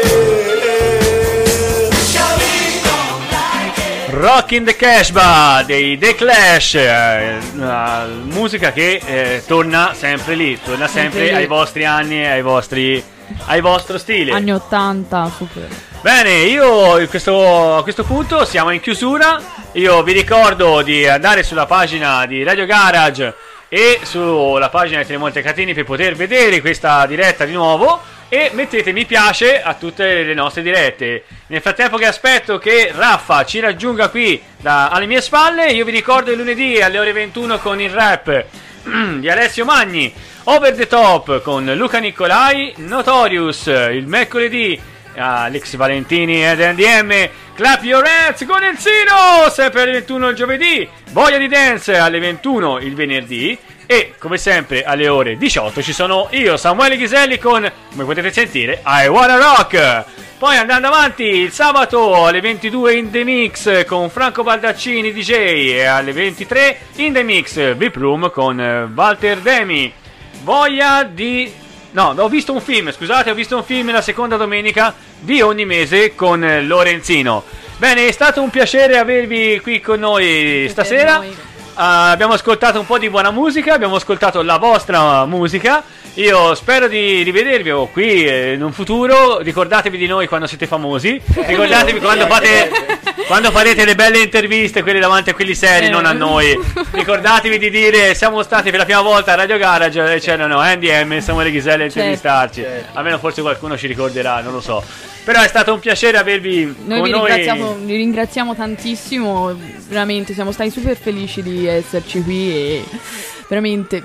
wail. Charlie don't like it. Rock in the Casbah dei The Clash, eh, una musica che eh, torna sempre lì, torna sempre, Sempre lì. ai vostri anni, ai vostri, ai vostro stile. Anni ottanta, super. Bene, io in questo, a questo punto siamo in chiusura. Io vi ricordo di andare sulla pagina di Radio Garage e sulla pagina di Telemonte Catini per poter vedere questa diretta di nuovo. E mettete mi piace a tutte le nostre dirette. Nel frattempo che aspetto che Raffa ci raggiunga qui da, alle mie spalle, io vi ricordo il lunedì alle ore ventuno con il rap di Alessio Magni, Over the Top con Luca Nicolai, Notorious il mercoledì, Alex Valentini ed N D M, Clap Your Hands con Enzino sempre alle ventuno il giovedì, Voglia di Dance alle ventuno il venerdì. E come sempre alle ore diciotto ci sono io, Samuele Ghiselli, con, come potete sentire, I Wanna Rock. Poi andando avanti il sabato alle ventidue in The Mix con Franco Baldaccini D J e alle ventitré in The Mix V I P Room con eh, Walter Demi. Voglia di... No, ho visto un film, scusate, ho visto un film la seconda domenica di ogni mese con eh, Lorenzino. Bene, è stato un piacere avervi qui con noi stasera. noi. Uh, abbiamo ascoltato un po' di buona musica, abbiamo ascoltato la vostra musica. Io spero di rivedervi qui eh, in un futuro. Ricordatevi di noi quando siete famosi. Ricordatevi quando fate quando farete le belle interviste, quelle davanti a quelli seri, non a noi. Ricordatevi di dire siamo stati per la prima volta a Radio Garage e c'erano N D M e Samuele Ghiselli a intervistarci. Almeno forse qualcuno ci ricorderà, non lo so. Però è stato un piacere avervi Noi con vi noi. ringraziamo, vi ringraziamo tantissimo, veramente siamo stati super felici di esserci qui e veramente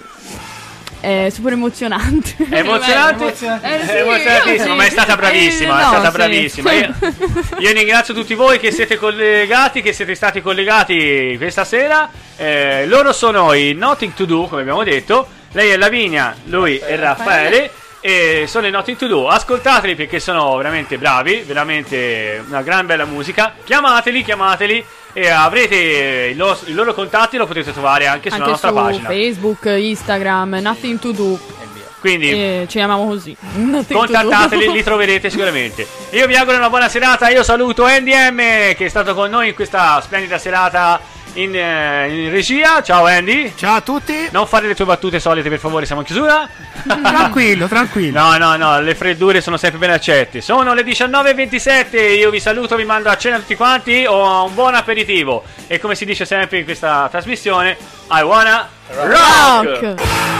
è super emozionante. È emozionante? Eh, sì, È emozionatissimo, sì. ma è stata bravissima, Eh, è no, stata sì. bravissima. Io, io ringrazio tutti voi che siete collegati, che siete stati collegati questa sera. Eh, loro sono i Nothing to Do, come abbiamo detto. Lei è Lavinia, lui è Raffaele. E sono i Nothing to Do. Ascoltateli perché sono veramente bravi, veramente una gran bella musica. Chiamateli, chiamateli e avrete i loro, i loro contatti, lo potete trovare anche sulla Anche nostra su pagina. Facebook, Instagram, Nothing to Do. Quindi E ci chiamiamo così. Nothing to Do. contattateli, li troverete sicuramente. Io vi auguro una buona serata. Io saluto N D M che è stato con noi in questa splendida serata in, eh, in regia. Ciao Andy. Ciao a tutti. Non fare le tue battute solite, per favore, siamo in chiusura. Tranquillo, tranquillo. No, no, no, le freddure sono sempre ben accette. Sono le diciannove e ventisette. Io vi saluto, vi mando a cena tutti quanti. O un buon aperitivo. E come si dice sempre in questa trasmissione, I wanna rock! Rock.